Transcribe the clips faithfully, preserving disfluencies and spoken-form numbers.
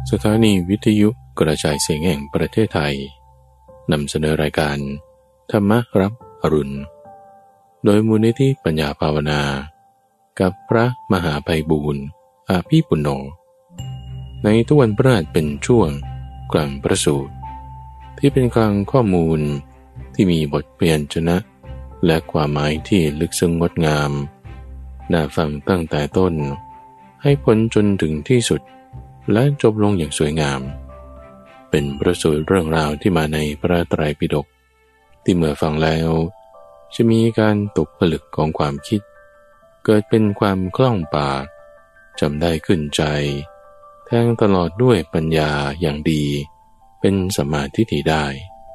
สถานีวิทยุกระจายเสียงแห่งประเทศไทยนำเสนอรายการธรรมรับอรุณโดยมูลนิธิปัญญาภาวนากับพระมหาไพบูลย์อาภีปุณโญในทุกวันพฤหัสเป็นช่วงกลางประสูตรที่เป็นกลางข้อมูลที่มีบทเปลี่ยนชนะและความหมายที่ลึกซึ้งงดงามน่าฟังตั้งแต่ต้นให้พ้นจนถึงที่สุดและจบลงอย่างสวยงามเป็นประสูตรเรื่องราวที่มาในพระไตรปิฎกที่เมื่อฟังแล้วจะมีการตกผลึกของความคิดเกิดเป็นความคล่องปากจำได้ขึ้นใจแทงตลอดด้วยปัญญาอย่างดีเป็นสัมมาทิฏฐิได้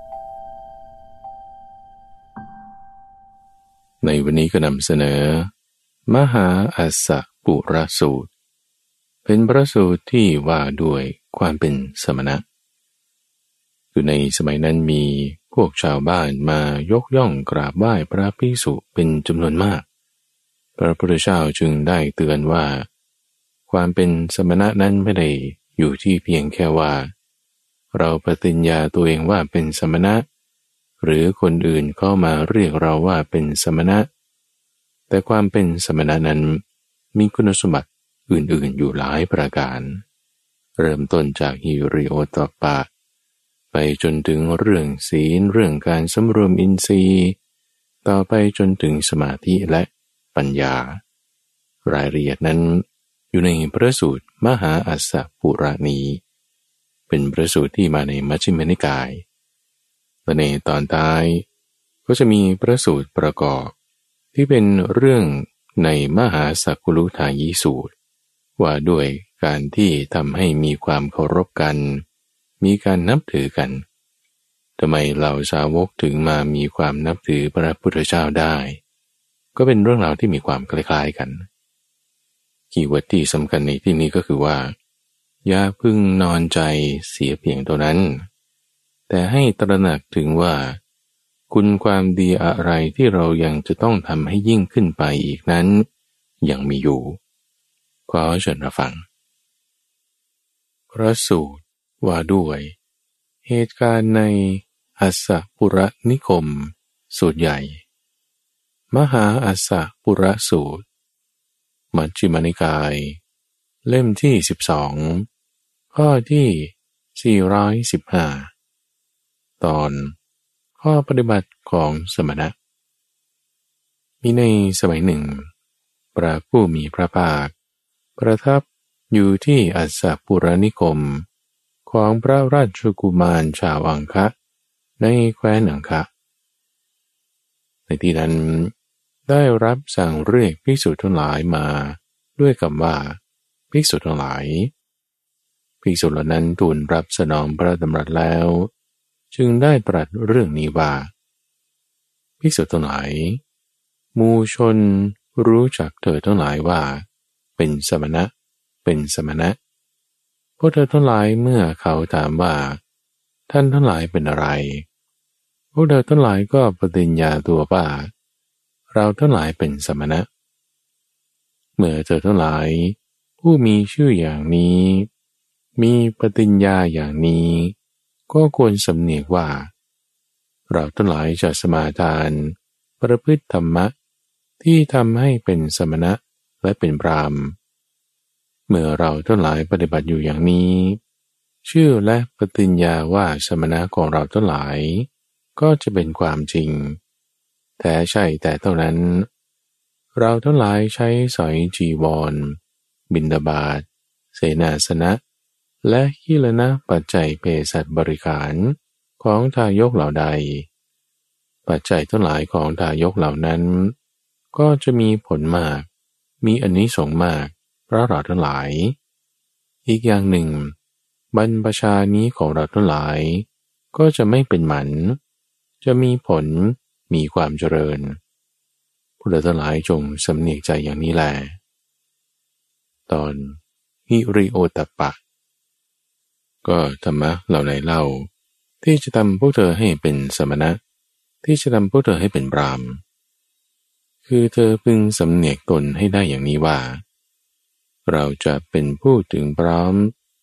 ในวันนี้ก็นำเสนอมหาอัสสปุระสูตรเป็นพระสูตรที่ว่าด้วยความเป็นสมณะคือในสมัยนั้นมีพวกชาวบ้านมายกย่องกราบไหว้พระภิกษุเป็นจำนวนมากพระพุทธเจ้าจึงได้เตือนว่าความเป็นสมณะนั้นไม่ได้อยู่ที่เพียงแค่ว่าเราปฏิญญาตัวเองว่าเป็นสมณะหรือคนอื่นเข้ามาเรียกเราว่าเป็นสมณะแต่ความเป็นสมณะนั้นมีคุณสมบัติอื่นๆอยู่หลายประการเริ่มต้นจากฮิริโอตปปะไปจนถึงเรื่องศีลเรื่องการสำรวมอินทรีย์ต่อไปจนถึงสมาธิและปัญญารายละเอียดนั้นอยู่ในพระสูตรมหาอัสสปุระนี้เป็นพระสูตรที่มาในมัชฌิมนิกายและในตอนท้ายก็จะมีพระสูตรประกอบที่เป็นเรื่องในมหาสักกุลุทายีสูตรว่าด้วยการที่ทำให้มีความเคารพกันมีการนับถือกันทำไมเหล่าสาวกถึงมามีความนับถือพระพุทธเจ้าได้ก็เป็นเรื่องราวที่มีความคล้ายๆกันคีย์เวิร์ดที่สำคัญในที่นี้ก็คือว่าอย่าพึ่งนอนใจเสียเพียงเท่านั้นแต่ให้ตระหนักถึงว่าคุณความดีอะไรที่เรายังจะต้องทำให้ยิ่งขึ้นไปอีกนั้นยังมีอยู่ขอเชิญรับฟังพระสูตรว่าด้วยเหตุการณ์ในอัสสปุระนิคมสูตรใหญ่มหาอัสสปุระสูตรมัชฌิมนิกายเล่มที่สิบสองข้อที่สี่ร้อยสิบห้าตอนข้อปฏิบัติของสมณะมีในสมัยหนึ่งพระผู้มีพระภาคประทับอยู่ที่อัสสปุระนิคมของพระราชกุมารชาวอังคะในแคว้นอังคะในที่นั้นได้รับสั่งเรียกภิกษุทั้งหลายมาด้วยคำว่าภิกษุทั้งหลายภิกษุเหล่านั้นทูลรับสนองพระดำรัสแล้วจึงได้ตรัสเรื่องนี้ว่าภิกษุทั้งหลายหมู่ชนรู้จักเธอทั้งหลายว่าเป็นสมณะเป็นสมณะพวกเธอทั้งหลายเมื่อเขาถามว่าท่านทั้งหลายเป็นอะไรพวกเธอทั้งหลายก็ปฏิญญาตัวว่าเราทั้งหลายเป็นสมณะเมื่อเธอทั้งหลายผู้มีชื่ออย่างนี้มีปฏิญญาอย่างนี้ก็ควรสำเนียกว่าเราทั้งหลายจะสมาทานประพฤติธรรมะที่ทำให้เป็นสมณะและเป็นพรามเมื่อเราทั้งหลายปฏิบัติอยู่อย่างนี้ชื่อและปฏิญญาว่าสมณะของเราทั้งหลายก็จะเป็นความจริงแท้ใช่แต่เท่านั้นเราทั้งหลายใช้สอยจีวรบิณฑบาตเสนาสนะและหิลนะปัจจัยเภสัชบริขารของทายกเหล่าใดปัจจัยทั้งหลายของทายกเหล่านั้นก็จะมีผลมากมีอานิสงส์มากเพราะเราทั้งหลายอีกอย่างหนึ่งบรรพชานี้ของเราทั้งหลายก็จะไม่เป็นหมันจะมีผลมีความเจริญพวกเราทั้งหลายจงสำเนียกใจอย่างนี้แลตอนฮิริโอตปปะก็ธรรมะเหล่าไหนเล่าที่จะทำพวกเธอให้เป็นสมณะที่จะทำพวกเธอให้เป็นพราหมณ์คือเธอพึงสำเนียกตนให้ได้อย่างนี้ว่าเราจะเป็นผู้ถึงพร้อม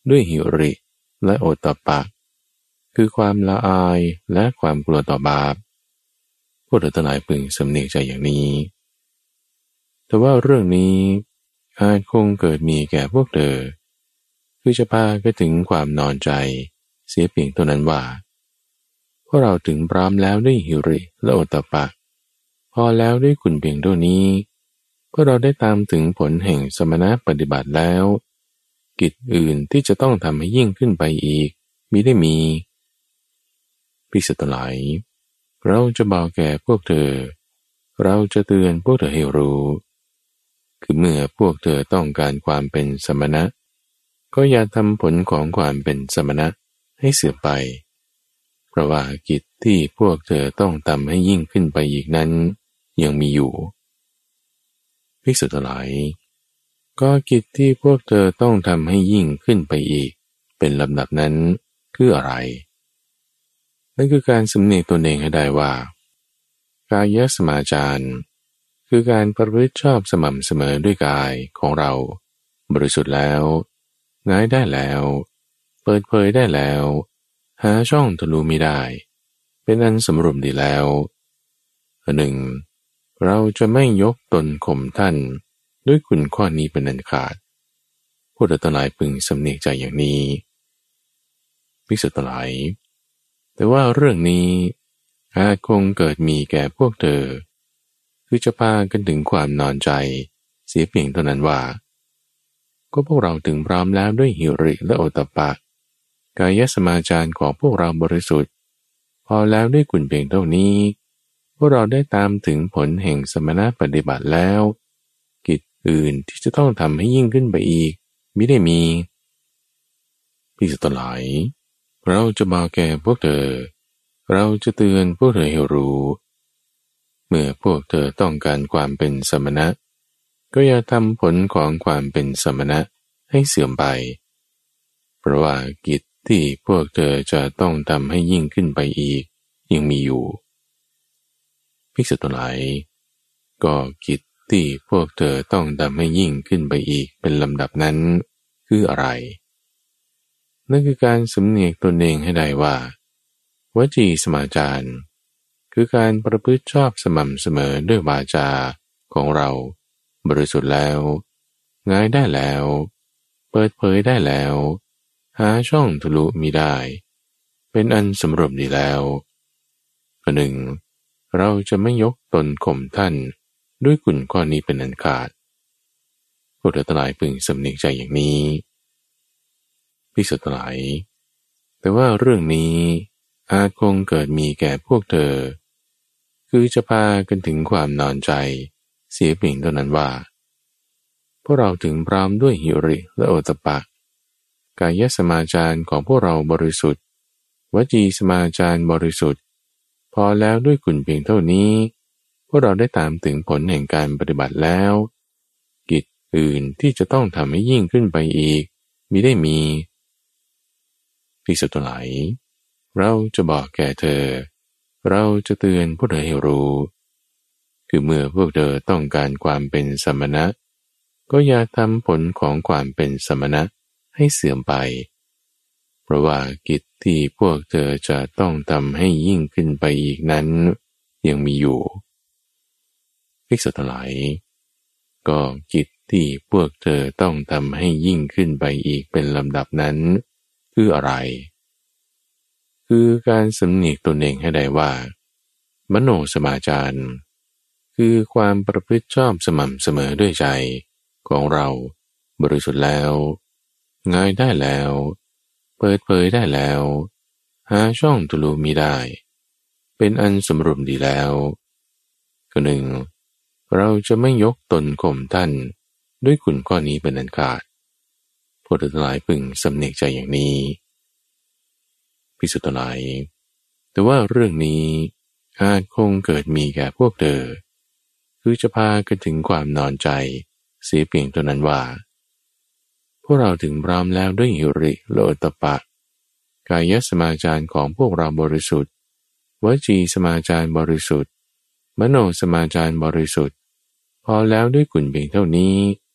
ด้วยหิริและโอตตัปปะคือความละอายและความกลัวต่อบาปพวกเธอทั้งหลายพึงสำเนียกใจอย่างนี้แต่ว่าเรื่องนี้อาจคงเกิดมีแก่พวกเธอคือจะพาไปถึงความนอนใจเสียเพียงเท่านั้นว่าพวกเราถึงพร้อมแล้วด้วยหิริและโอตตัปปะพอแล้วด้วยคุณเพียงเท่านี้พวกเราได้ตามถึงผลแห่งสมณะปฏิบัติแล้วกิจอื่นที่จะต้องทำให้ยิ่งขึ้นไปอีกมิได้มีภิกษุทั้งหลายเราจะบอกแก่พวกเธอเราจะเตือนพวกเธอให้รู้คือเมื่อพวกเธอต้องการความเป็นสมณะก็อย่าทำผลของความเป็นสมณะให้เสื่อมไปเพราะว่ากิจที่พวกเธอต้องทำให้ยิ่งขึ้นไปอีกนั้นยังมีอยู่ภิกษุทั้งหลายก็กิจที่พวกเธอต้องทำให้ยิ่งขึ้นไปอีกเป็นลำดับนั้นคืออะไรนั่นคือการสำเนียกตนเองให้ได้ว่ากายสมาจารคือการประพฤติชอบสม่ำเสมอด้วยกายของเราบริสุทธิ์แล้วง่ายได้แล้วเปิดเผยได้แล้วหาช่องทะลุมิได้เป็นอันสำรวมดีแล้วหนึ่งเราจะไม่ยกตนข่มท่านด้วยคุณข้อนี้เป็นอันขาดพวกเธอทั้งหลายพึงสำเนียกใจอย่างนี้ภิกษุทั้งหลายแต่ว่าเรื่องนี้อาจคงเกิดมีแก่พวกเธอคือจะพากันถึงความนอนใจเสียเพียงเท่านั้นว่าก็พวกเราถึงพร้อมแล้วด้วยหิริและโอตตัปปะกายสมาจารของพวกเราบริสุทธิ์พอแล้วด้วยคุณเพียงเท่านี้พวกเราได้ตามถึงผลแห่งสมณะปฏิบัติแล้วกิจอื่นที่จะต้องทำให้ยิ่งขึ้นไปอีกมิได้มีภิกษุทั้งหลายเราจะบอกแก่พวกเธอเราจะเตือนพวกเธอให้รู้เมื่อพวกเธอต้องการความเป็นสมณะก็อย่าทำผลของความเป็นสมณะให้เสื่อมไปเพราะว่ากิจที่พวกเธอจะต้องทำให้ยิ่งขึ้นไปอีกยังมีอยู่ภิกษุทั้งหลายก็กิจที่พวกเธอต้องทำให้ยิ่งขึ้นไปอีกเป็นลำดับนั้นคืออะไรนั่นคือการสำเนียกตนเองให้ได้ว่าวจีสมาจารคือการประพฤติชอบสม่ำเสมอด้วยวาจาของเราบริสุทธิ์แล้วง่ายได้แล้วเปิดเผยได้แล้วหาช่องทะลุมิได้เป็นอันสำรวมดีแล้วข้อหนึ่งเราจะไม่ยกตนข่มท่านด้วยคุณข้อนี้เป็นอันขาดพวกเธอทั้งหลายพึงสำเนียกใจอย่างนี้ภิกษุทั้งหลายแต่ว่าเรื่องนี้อาจคงเกิดมีแก่พวกเธอคือจะพากันถึงความนอนใจเสียเพียงเท่านั้นว่าพวกเราถึงพร้อมด้วยหิริและโอตตัปปะกายสมาจารของพวกเราบริสุทธิ์วจีสมาจารบริสุทธิ์พอแล้วด้วยคุณเพียงเท่านี้พวกเราได้ตามถึงผลแห่งการปฏิบัติแล้วกิจอื่นที่จะต้องทำให้ยิ่งขึ้นไปอีกมิได้มีภิกษุทั้งหลายเราจะบอกแก่เธอเราจะเตือนพวกเธอให้รู้คือเมื่อพวกเธอต้องการความเป็นสมณะก็อย่าทำผลของความเป็นสมณะให้เสื่อมไปเพราะว่ากิจที่พวกเธอจะต้องทำให้ยิ่งขึ้นไปอีกนั้นยังมีอยู่ภิกษุทั้งหลายก็กิจที่พวกเธอต้องทำให้ยิ่งขึ้นไปอีกเป็นลำดับนั้นคืออะไรคือการสำเนียกตนเองให้ได้ว่ามโนสมาจารคือความประพฤติชอบสม่ำเสมอด้วยใจของเราบริสุทธิ์แล้วง่ายได้แล้วเปิดเผยได้แล้วหาช่องทะลุมิได้เป็นอันสำรวมดีแล้วข้อหนึ่งเราจะไม่ยกตนข่มท่านด้วยคุณข้อนี้เป็นอันขาดพวกเธอทั้งหลายพึงสำเนียกใจอย่างนี้ภิกษุทั้งหลายแต่ว่าเรื่องนี้อาจคงเกิดมีแก่พวกเธอคือจะพากันถึงความนอนใจเสียเพียงเท่านั้นว่าพวกเราถึงพร้อมแล้วด้วยหิริและโอตตัปปะกายสมาจารของพวกเราบริสุทธิ์วจีสมาจารบริสุทธิ์มโนสมาจารบริสุทธิ์พอแล้วด้วยคุณเพียงเท่านี้พ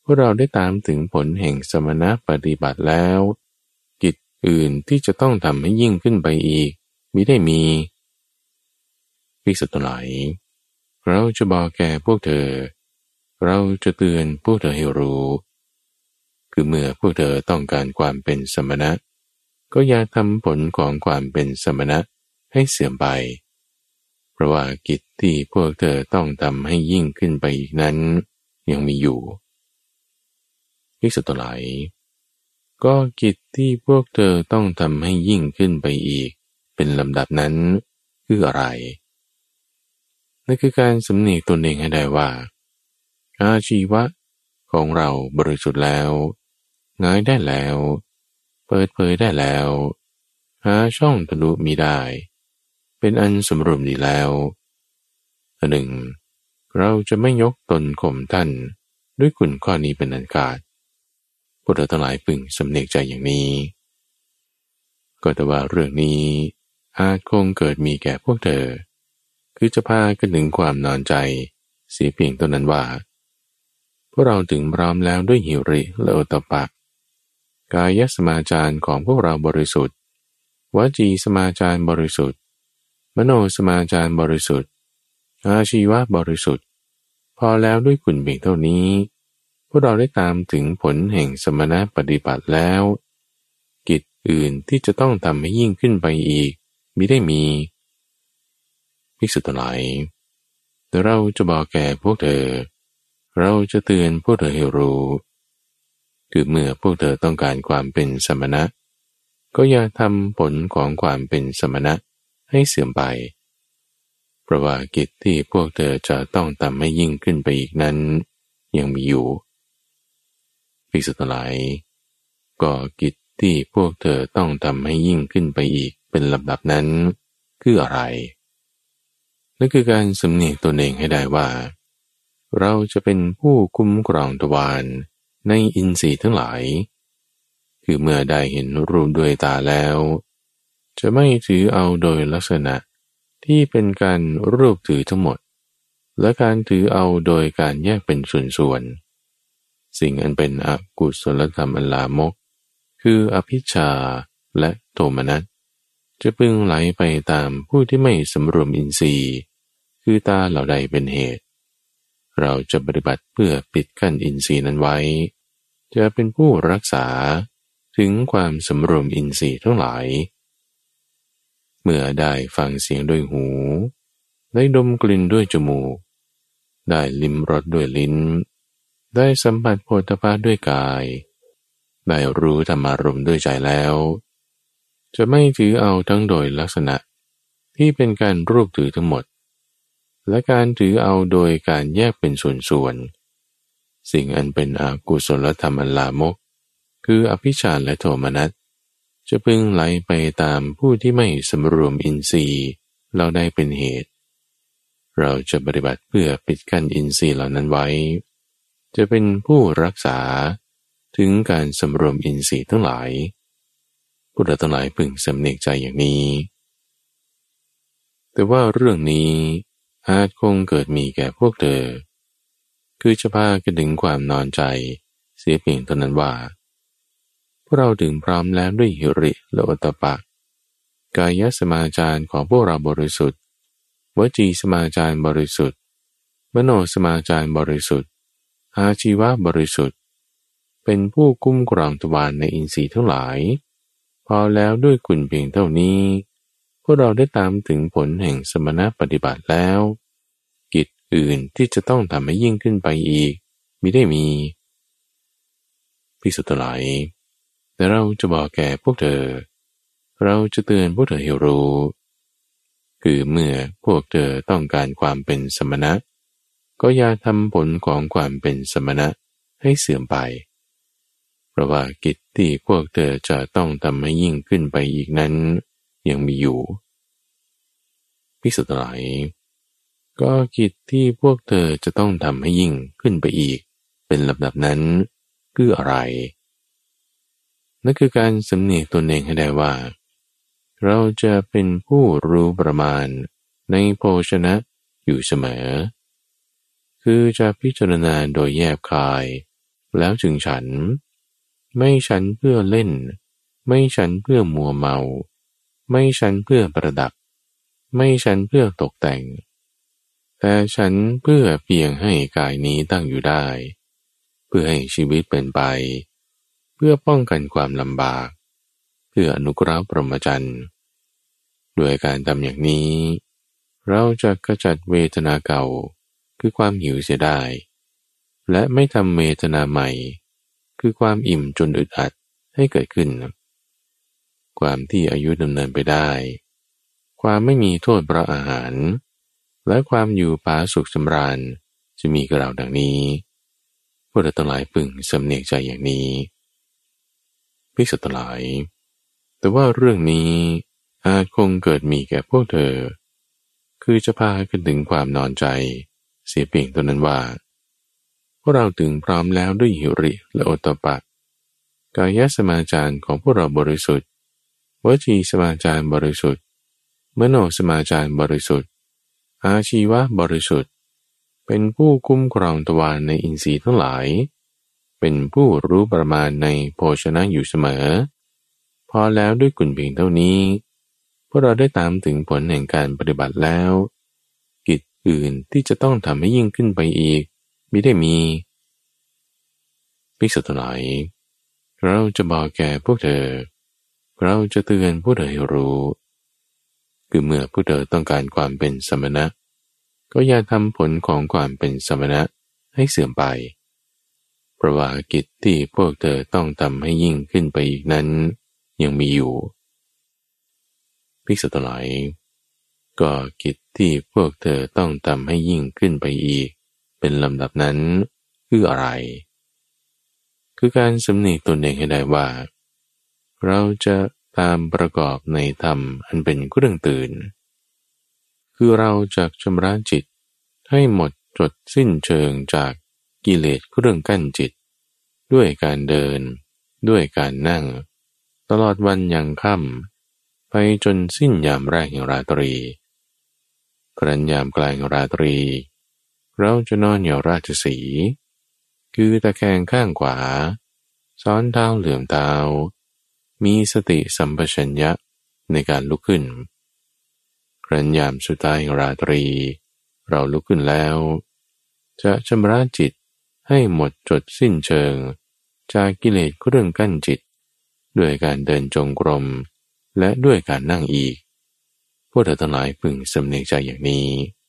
วกเราได้ตามถึงผลแห่งสมณปฏิบัติแล้วกิจอื่นที่จะต้องทำให้ยิ่งขึ้นไปอีกมิได้มีภิกษุทั้งหลายเราจะบอกแก่พวกเธอเราจะเตือนพวกเธอให้รู้คือเมื่อพวกเธอต้องการความเป็นสมณะก็อย่าทำผลของความเป็นสมณะให้เสื่อมไปเพราะว่ากิจที่พวกเธอต้องทำให้ยิ่งขึ้นไปอีกนั้นยังมีอยู่ภิกษุทั้งหลายก็กิจที่พวกเธอต้องทำให้ยิ่งขึ้นไปอีกเป็นลำดับนั้นคืออะไรนั่นคือการสำเนียกตนเองให้ได้ว่าอาชีวะของเราบริสุทธิ์แล้วง่ายได้แล้วเปิดเผยได้แล้วหาช่องทะลุมิได้เป็นอันสมรวมดีแล้วอันหนึ่งเราจะไม่ยกตนข่มท่านด้วยคุณข้อนี้เป็นอันขาดพวกเราทั้งหลายพึงสำเนียกใจอย่างนี้ก็แต่ว่าเรื่องนี้อาจคงเกิดมีแก่พวกเธอคือจะพากันถึงความนอนใจเสียเพียงเท่านั้นว่าพวกเราถึงพร้อมแล้วด้วยหิริและโอตตัปปะกายสมาจารของพวกเราบริสุทธิ์วจีสมาจารบริสุทธิ์มโนสมาจารบริสุทธิ์อาชีวะบริสุทธิ์พอแล้วด้วยคุณเพียงเท่านี้พวกเราได้ตามถึงผลแห่งสมณปฏิบัติแล้วกิจอื่นที่จะต้องทำให้ยิ่งขึ้นไปอีกมิได้มีภิกษุทั้งหลายแต่เราจะบอกแก่พวกเธอเราจะเตือนพวกเธอให้รู้คือเมื่อพวกเธอต้องการความเป็นสมณะก็อย่าทำผลของความเป็นสมณะให้เสื่อมไปเพราะว่ากิจที่พวกเธอจะต้องทำให้ยิ่งขึ้นไปอีกนั้นยังมีอยู่ภิกษุทั้งหลายก็กิจที่พวกเธอต้องทำให้ยิ่งขึ้นไปอีกเป็นลำดับนั้นคืออะไรนั่นคือการสำเนียกตนเองให้ได้ว่าเราจะเป็นผู้คุ้มครองทวารในอินทรีย์ทั้งหลายคือเมื่อได้เห็นรูปด้วยตาแล้วจะไม่ถือเอาโดยลักษณะที่เป็นการรูปถือทั้งหมดและการถือเอาโดยการแยกเป็นส่วนๆสิ่งอันเป็นอกุศลธรรมอันลามกคืออภิชฌาและโทมนัสจะพึงไหลไปตามผู้ที่ไม่สำรวมอินทรีย์คือตาเหล่าใดเป็นเหตุเราจะปฏิบัติเพื่อปิดกั้นอินทรีย์นั้นไว้จะเป็นผู้รักษาถึงความสำรวมอินทรีย์ทั้งหลายเมื่อได้ฟังเสียงด้วยหูได้ดมกลิ่นด้วยจมูกได้ลิ้มรสด้วยลิ้นได้สัมผัสโผฏฐัพพะด้วยกายได้รู้ธรรมารมณ์ด้วยใจแล้วจะไม่ถือเอาทั้งโดยลักษณะที่เป็นการรูปถือทั้งหมดและการถือเอาโดยการแยกเป็นส่วนๆสิ่งอันเป็นอกุศลธรรมอันลามกคืออภิชฌาและโทมนัสจะพึงไหลไปตามผู้ที่ไม่สำรวมอินทรีย์เราได้เป็นเหตุเราจะปฏิบัติเพื่อปิดกั้นอินทรีย์เหล่านั้นไว้จะเป็นผู้รักษาถึงการสำรวมอินทรีย์ทั้งหลายผู้ใดทั้งหลายพึงสำเนียกใจอย่างนี้แต่ว่าเรื่องนี้อาจคงเกิดมีแก่พวกเธอคือจะพากันถึงความนอนใจเสียเพียงเท่านั้นว่าพวกเราถึงพร้อมแล้วด้วยหิริและโอตตัปปะกายสมาจารของพวกเราบริสุทธิ์วจีสมาจารบริสุทธิ์มโนสมาจารบริสุทธิ์อาชีวะบริสุทธิ์เป็นผู้คุ้มครองทวารในอินทรีย์ทั้งหลายพอแล้วด้วยคุณเพียงเท่านี้พวกเราได้ตามถึงผลแห่งสมณปฏิบัติแล้วกิจอื่นที่จะต้องทำให้ยิ่งขึ้นไปอีกมิได้มีภิกษุทั้งหลายแต่เราจะบอกแก่พวกเธอเราจะเตือนพวกเธอให้รู้คือเมื่อพวกเธอต้องการความเป็นสมณะก็อย่าทำผลของความเป็นสมณะให้เสื่อมไปเพราะว่ากิจที่พวกเธอจะต้องทำให้ยิ่งขึ้นไปอีกนั้นยังมีอยู่ภิกษุทั้งหลายก็กิจที่พวกเธอจะต้องทำให้ยิ่งขึ้นไปอีกเป็นลำดับนั้นคืออะไรนั่นคือการสำเนียกตนเองให้ได้ว่าเราจะเป็นผู้รู้ประมาณในโภชนะอยู่เสมอคือจะพิจารณาโดยแยบคายแล้วจึงฉันไม่ฉันเพื่อเล่นไม่ฉันเพื่อมัวเมาไม่ฉันเพื่อประดับไม่ฉันเพื่อตกแต่งแต่ฉันเพื่อเพียงให้กายนี้ตั้งอยู่ได้เพื่อให้ชีวิตเป็นไปเพื่อป้องกันความลำบากเพื่ออนุเคราะห์พรหมจรรย์ด้วยการทำอย่างนี้เราจะกระจัดเวทนาเก่าคือความหิวเสียได้และไม่ทำเวทนาใหม่คือความอิ่มจนอึดอัดให้เกิดขึ้นความที่อายุดำเนินไปได้ความไม่มีโทษเพราะอาหารและความอยู่ผาสุขสำราญจะมีกับเราดังนี้พวกเราทั้งหลายพึงสำเนียกใจอย่างนี้ภิกษุทั้งหลายแต่ว่าเรื่องนี้อาจคงเกิดมีแก่พวกเธอคือจะพากันถึงความนอนใจเสียเพียงตัวนั้นว่าพวกเราถึงพร้อมแล้วด้วยหิริและโอตตัปปะกายสมาจารของพวกเราบริสุทธิ์วจีสมาจารบริสุทธิ์มโนสมาจารบริสุทธิ์อาชีวะบริสุทธิ์เป็นผู้คุ้มครองทวารในอินทรีย์ทั้งหลายเป็นผู้รู้ประมาณในโภชนะอยู่เสมอพอแล้วด้วยกุณเพียงเท่านี้พวกเราได้ตามถึงผลแห่งการปฏิบัติแล้วกิจอื่นที่จะต้องทำให้ยิ่งขึ้นไปอีกมิได้มีภิกษุทั้งหลายเราจะบอกแก่พวกเธอเราจะเตือนพวกเธอให้รู้คือเมื่อพวกเธอต้องการความเป็นสมณะก็อย่าทำผลของความเป็นสมณะให้เสื่อมไปเพราะว่ากิจที่พวกเธอต้องทำให้ยิ่งขึ้นไปอีกนั้นยังมีอยู่ภิกษุทั้งหลายก็กิจที่พวกเธอต้องทำให้ยิ่งขึ้นไปอีกเป็นลำดับนั้นคืออะไรคือการสำนึกตนเองให้ได้ว่าเราจะตามประกอบในธรรมอันเป็นเครื่องตื่นคือเราจะชำระจิตให้หมดจดสิ้นเชิงจากกิเลสเครื่องกั้นจิตด้วยการเดินด้วยการนั่งตลอดวันยังค่ำไปจนสิ้นยามแรกแห่งราตรีครั้นยามกลางราตรีเราจะนอนเหยี่ยวราชสีห์คือตะแคงข้างขวาซ้อนเท้าเหลื่อมเท้ามีสติสัมปชัญญะในการลุกขึ้นครั้นยามสุดท้ายราตรีเราลุกขึ้นแล้วจะชำระจิตให้หมดจดสิ้นเชิงจากกิเลสเครื่องกั้นจิตด้วยการเดินจงกรมและด้วยการนั่งอีกพวกเธอทั้งหลายพึงสำเนียกใจอย่างนี้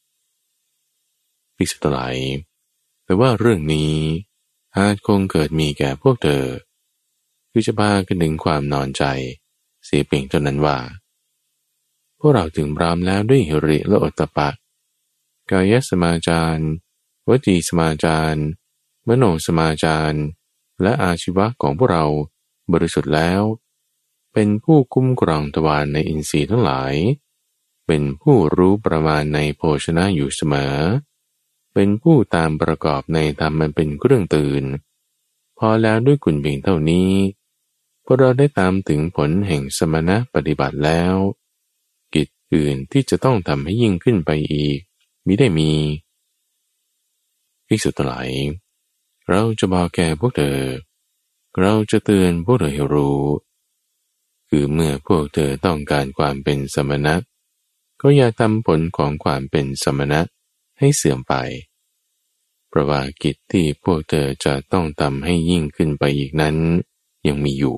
ภิกษุทั้งหลายแต่ว่าเรื่องนี้อาจคงเกิดมีแก่พวกเธอคือจะพากันถึงความนอนใจเสียเพียงเท่านั้นว่าพวกเราถึงพร้อมแล้วด้วยหิริและโอตตัปปะกายสมาจารวจีสมาจารมโนสมาจารและอาชีวะของพวกเราบริสุทธิ์แล้วเป็นผู้คุ้มครองทวารในอินทรีย์ทั้งหลายเป็นผู้รู้ประมาณในโภชนะอยู่เสมอเป็นผู้ตามประกอบในธรรมมันเป็นเครื่องตื่นพอแล้วด้วยกุณเพียงเท่านี้พวกเราได้ตามถึงผลแห่งสมณะปฏิบัติแล้วกิจอื่นที่จะต้องทำให้ยิ่งขึ้นไปอีกมิได้มีภิกษุทั้งหลายเราจะบอกแก่พวกเธอเราจะเตือนพวกเธอให้รู้คือเมื่อพวกเธอต้องการความเป็นสมณะก็อย่าทำผลของความเป็นสมณะให้เสื่อมไปเพราะว่ากิจที่พวกเธอจะต้องทำให้ยิ่งขึ้นไปอีกนั้นยังมีอยู่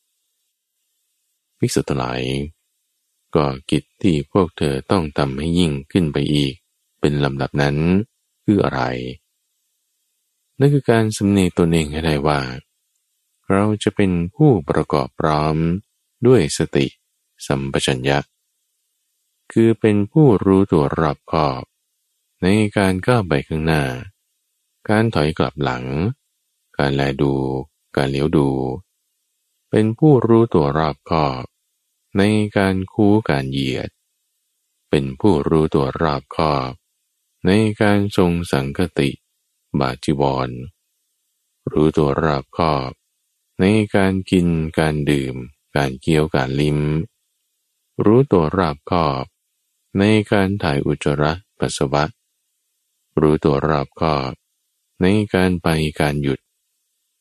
ภิกษุทั้งหลายก็กิจที่พวกเธอต้องทำให้ยิ่งขึ้นไปอีกเป็นลำดับนั้นคืออะไรนั่นคือการสำเนียกตนเองให้ได้ว่าเราจะเป็นผู้ประกอบพร้อมด้วยสติสัมปชัญญะคือเป็นผู้รู้ตัวรอบคอบในการก้าวไปข้างหน้าการถอยกลับหลังการแลดูการเหลียวดูเป็นผู้รู้ตัวรอบคอบในการคูการเหยียดเป็นผู้รู้ตัวรอบคอบในการทรงสังคติบาจีวรรู้ตัวรอบคอบในการกินการดื่มการเคี้ยวการลิ้มรู้ตัวรอบคอบในการถ่ายอุจจาระปัสสาวะรู้ตัวรอบคอบในการไปการหยุด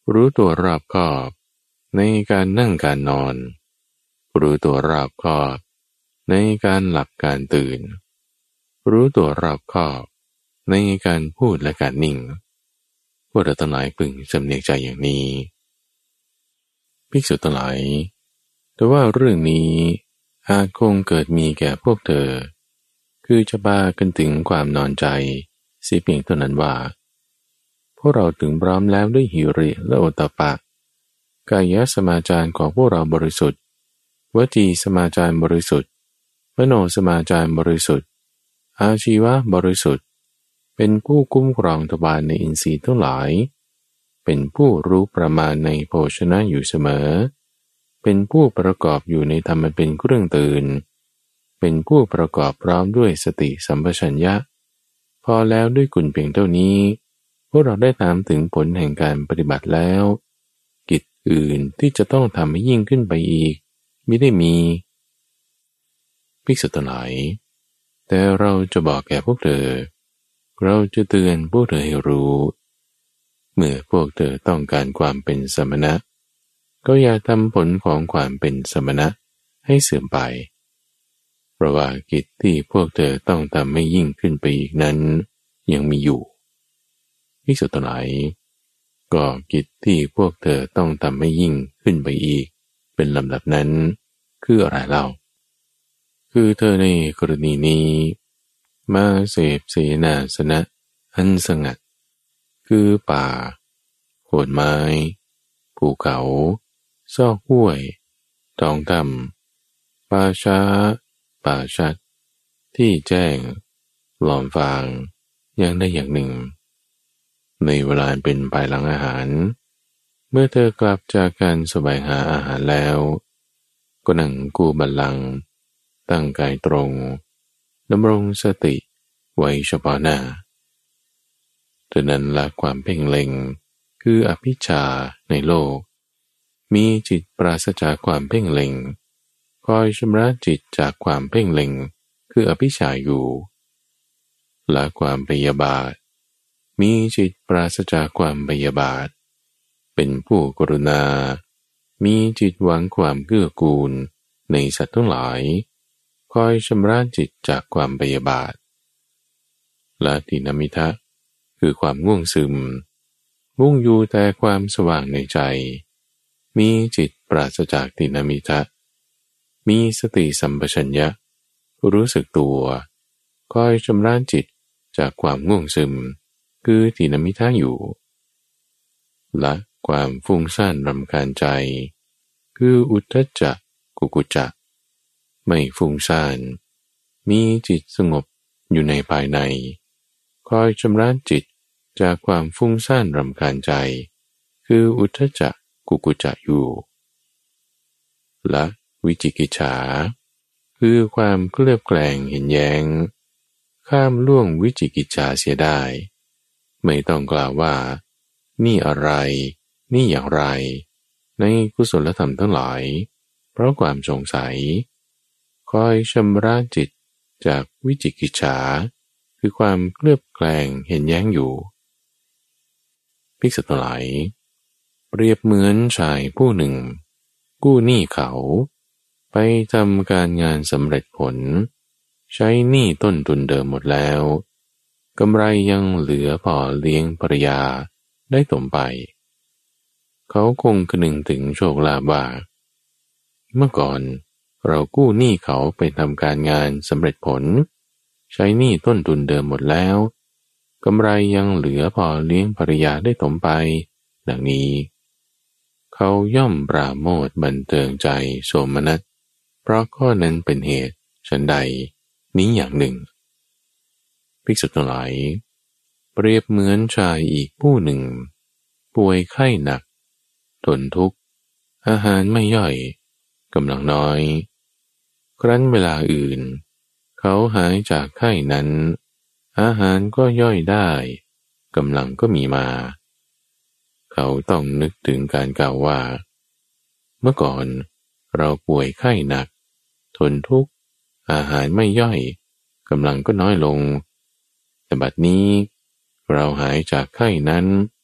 รู้ตัวรอบคอบในการนั่งการนอนรู้ตัวรอบคอบในการหลับการตื่นรู้ตัวรอบคอบในการพูดและการนิ่งพวกเราทั้งหลายพึงสำเนียกใจอย่างนี้ภิกษุทั้งหลายแต่ว่าเรื่องนี้อาจคงเกิดมีแก่พวกเธอคือจะพากันถึงความนอนใจเสียเพียงเท่านั้นว่าพวกเราถึงพร้อมแล้วด้วยหิริและโอตตัปปะกายสมาจารของพวกเราบริสุทธิ์วจีสมาจารบริสุทธิ์มโนสมาจารบริสุทธิ์อาชีวะบริสุทธิ์เป็นผู้คุ้มครองทวารในอินทรีย์ทั้งหลายเป็นผู้รู้ประมาณในโภชนะอยู่เสมอเป็นผู้ประกอบอยู่ในธรรมเป็นเครื่องตื่นเป็นผู้ประกอบพร้อมด้วยสติสัมปชัญญะพอแล้วด้วยกุณเพียงเท่านี้พวกเราได้ถามถึงผลแห่งการปฏิบัติแล้วกิจอื่นที่จะต้องทำให้ยิ่งขึ้นไปอีกมิได้มีภิกษุทั้งหลายแต่เราจะบอกแก่พวกเธอเราจะเตือนพวกเธอให้รู้เมื่อพวกเธอต้องการความเป็นสมณะก็อย่าทำผลของความเป็นสมณะให้เสื่อมไปเพราะว่ากิจที่พวกเธอต้องทำให้ยิ่งขึ้นไปอีกนั้นยังมีอยู่ภิกษุทั้งหลายก็กิจที่พวกเธอต้องทำให้ยิ่งขึ้นไปอีกเป็นลำดับนั้นคืออะไรเล่าคือเธอในกรณีนี้มาเสพเสนาสนะอันสงัดคือป่าโคนไม้ภูเขาซอกห้วยท้องถ้ำป่าช้าป่าชัดที่แจ้งหลอมฟางอย่างใดอย่างหนึ่งในเวลาเป็นภายหลังอาหารเมื่อเธอกลับจากการแสวงหาอาหารแล้วก็นั่งกูบัลลังก์ตั้งกายตรงดำรงสติไว้เฉพาะหน้าเท่านั้นละความเพ่งเล็งคืออภิชฌาในโลกมีจิตปราศจากความเพ่งเล็งคอยชำระจิตจากความเพ่งเล็งคืออภิชฌาอยู่ละความพยาบาทมีจิตปราศจากความพยาบาทเป็นผู้กรุณามีจิตหวังความเกื้อกูลในสัตว์ทั้งหลายคอยชำระจิตจากความพยาบาทละทินมิทะคือความง่วงซึมมุ่งอยู่แต่ความสว่างในใจมีจิตปราศจากทินมิทะมีสติสัมปชัญญะรู้สึกตัวคอยชำระจิตจากความง่วงซึมคือทินมิทะอยู่ละความฟุ้งซ่านรำคาญใจคืออุทธัจจะกุกุจจะไม่ฟุ้งซ่านมีจิตสงบอยู่ในภายในคอยชำระจิตจากความฟุ้งซ่านรำคาญใจคืออุทธัจจะกุกุจจะอยู่และวิจิกิจฉาคือความเคลือบแคลงเห็นแย้งข้ามล่วงวิจิกิจฉาเสียได้ไม่ต้องกล่าวว่านี่อะไรนี่อย่างไรในกุศลธรรมทั้งหลายเพราะความสงสัยคอยชำระจิตจากวิจิกิจฉาคือความเคลือบแคลงเห็นแย้งอยู่ภิกษุทั้งหลายเปรียบเหมือนชายผู้หนึ่งกู้หนี้เขาไปทำการงานสำเร็จผลใช้หนี้ต้นทุนเดิมหมดแล้วกำไรยังเหลือพอเลี้ยงภรรยาได้ต่อไปเขาคงคนึงถึงโชคลาภว่าเมื่อก่อนเรากู้หนี้เขาไปทำการงานสำเร็จผลใช้หนี้ต้นทุนเดิมหมดแล้วกำไรยังเหลือพอเลี้ยงภรรยาได้ต่อไปดังนี้เขาย่อมปราโมทย์บันเทิงใจโสมนัสเพราะข้อนั้นเป็นเหตุฉันใดนี้อย่างหนึ่งภิกษุทั้งหลายเปรียบเหมือนชายอีกผู้หนึ่งป่วยไข้หนักทนทุกข์อาหารไม่ย่อยกำลังน้อยครั้นเวลาอื่นเขาหายจากไข้นั้นอาหารก็ย่อยได้กำลังก็มีมาเขาต้องนึกถึงการกล่าวว่าเมื่อก่อนเราป่วยไข้หนักทนทุกข์อาหารไม่ย่อยกำลังก็น้อยลงแต่บัดนี้เราหายจากไข้นั้น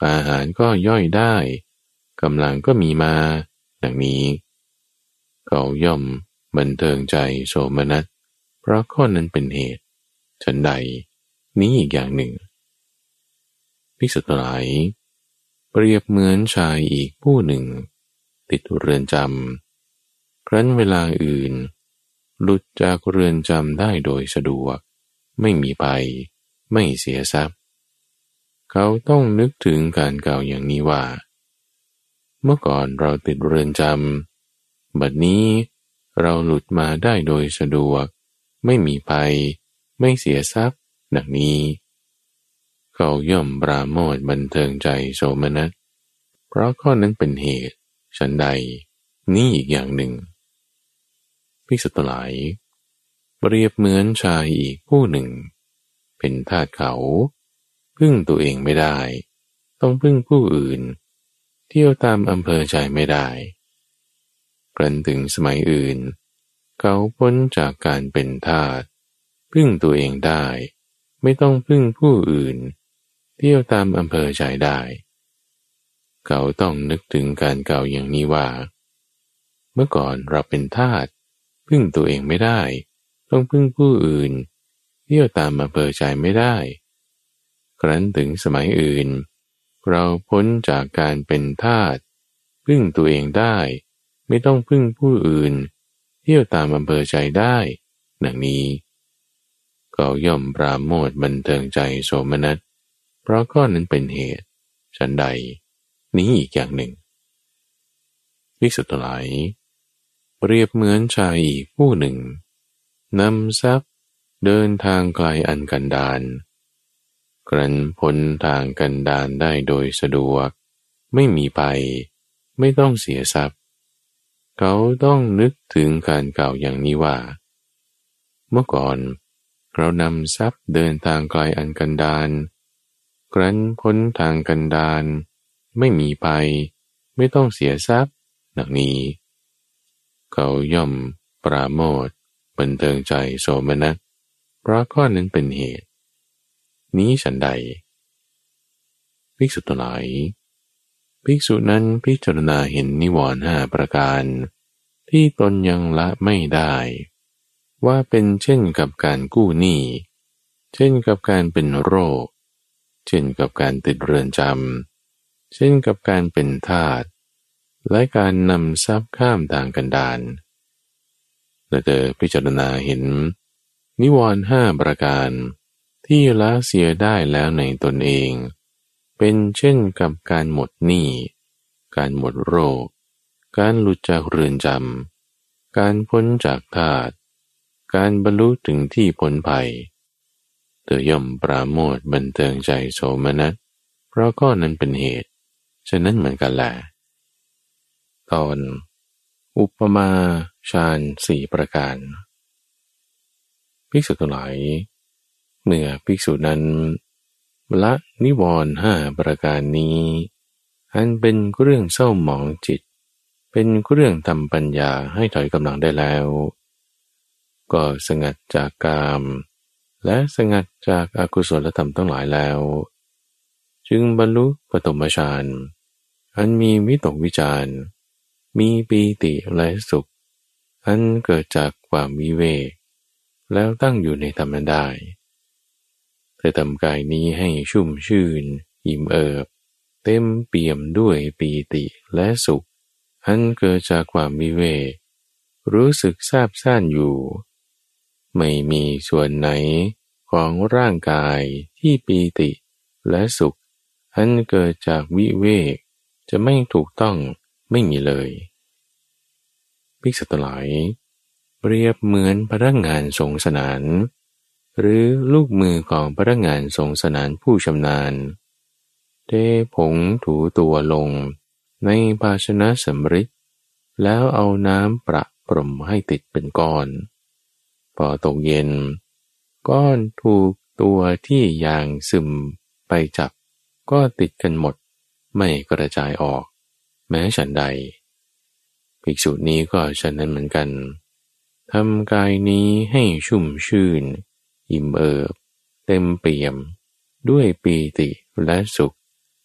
อาหารก็ย่อยได้กำลังก็มีมาดังนี้เขาย่อมบันเทิงใจโสมนัสเพราะข้อนั้นเป็นเหตุฉันใดนี้อีกอย่างหนึ่งภิกษุทั้งหลายเปรียบเหมือนชายอีกผู้หนึ่งติดเรือนจำครั้นเวลาอื่นหลุดจากเรือนจำได้โดยสะดวกไม่มีภัยไม่เสียทรัพย์เขาต้องนึกถึงการกล่าวอย่างนี้ว่าเมื่อก่อนเราติดเรือนจำบัดนี้เราหลุดมาได้โดยสะดวกไม่มีภัยไม่เสียทรัพย์ดังนี้เขาย่อมปราโมทย์บันเทิงใจโสมนัสเพราะข้อนั้นเป็นเหตุฉันใดนี้อีกอย่างหนึ่งภิกษุทั้งหลายเปรียบเหมือนชายอีกผู้หนึ่งเป็นทาสเขาพึ่งตัวเองไม่ได้ต้องพึ่งผู้อื่นเที่ยวตามอำเภอใจไม่ได้ครั้นถึงสมัยอื่นเขาพ้นจากการเป็นทาสพึ่งตัวเองได้ไม่ต้องพึ่งผู้อื่นเที่ยวตามอำเภอใจได้เขาต้องนึกถึงการกล่าวอย่างนี้ว่าเมื่อก่อนเราเป็นทาสพึ่งตัวเองไม่ได้ต้องพึ่งผู้อื่นเที่ยวตามอำเภอใจไม่ได้ครั้นถึงสมัยอื่นเราพ้นจากการเป็นทาสพึ่งตัวเองได้ไม่ต้องพึ่งผู้อื่นเที่ยวตามอำเภอใจได้ดังนี้เขาย่อมปราโมทย์บันเทิงใจโสมนัสเพราะข้อนั้นเป็นเหตุฉันใดนี้อีกอย่างหนึ่งภิกษุทั้งหลายเปรียบเหมือนชายอีกผู้หนึ่งนำทรัพย์เดินทางไกลอันกันดารครั้นพ้นทางกันดารได้โดยสะดวกไม่มีภัยไม่ต้องเสียทรัพย์เขาต้องนึกถึงการกล่าวอย่างนี้ว่าเมื่อก่อนเรานำทรัพย์เดินทางไกลอันกันดารครั้นพ้นทางกันดารไม่มีภัยไม่ต้องเสียทรัพย์ดังนี้เขาย่อมปราโมทย์บันเทิงใจโสมนัสเพราะข้อนั้นเป็นเหตุนี้ฉันใดภิกษุทั้งหลายภิกษุนั้นพิจารณาเห็นนิวรณ์ห้าประการที่ตนยังละไม่ได้ว่าเป็นเช่นกับการกู้หนี้เช่นกับการเป็นโรคเช่นกับการติดเรือนจำเช่นกับการเป็นทาสและการนำทรัพย์ข้ามทางกันดารและเธอพิจารณาเห็นนิวรณ์ห้าประการที่ละเสียได้แล้วในตนเองเป็นเช่นกับการหมดหนี้การหมดโรคการหลุดจากเรือนจำการพ้นจากทาสการบรรลุถึงที่พ้นภัยเธอย่อมปราโมทย์บันเทิงใจโสมนัสเพราะข้อนั้นเป็นเหตุฉะนั้นเหมือนกันแหละตอนอุปมาฌานสี่ประการภิกษุทั้งหลายเมื่อภิกษุนั้นละนิวรณ์ห้าประการนี้อันเป็นเรื่องเศร้าหมองจิตเป็นเรื่องทำปัญญาให้ถอยกำลังได้แล้วก็สงัดจากกามและสงัดจากอกุศลธรรมทั้งหลายแล้วจึงบรรลุปฐมฌานอันมีวิตกวิจารมีปีติและสุขอันเกิดจากความวิเวกแล้วตั้งอยู่ในธรรมได้แต่ทำกายนี้ให้ชุ่มชื่นอิ่มเอิบเต็มเปี่ยมด้วยปีติและสุขอันเกิดจากความวิเวกรู้สึกซาบซ่านอยู่ไม่มีส่วนไหนของร่างกายที่ปีติและสุขอันเกิดจากวิเวกจะไม่ถูกต้องไม่มีเลยภิกษุทั้งหลายเปรียบเหมือนพนักงานทรงสนานหรือลูกมือของพนักงานทรงสนานผู้ชำนาญเทผงถูตัวลงในภาชนะสำริดแล้วเอาน้ำประพรมให้ติดเป็นก้อนพอตกเย็นก้อนถูกตัวที่ยางซึมไปจับก็ติดกันหมดไม่กระจายออกแม้ฉันใดภิกษุนี้ก็ฉะนั้นเหมือนกันทำกายนี้ให้ชุ่มชื่นอิ่มเอิบเต็มเปี่ยมด้วยปีติและสุข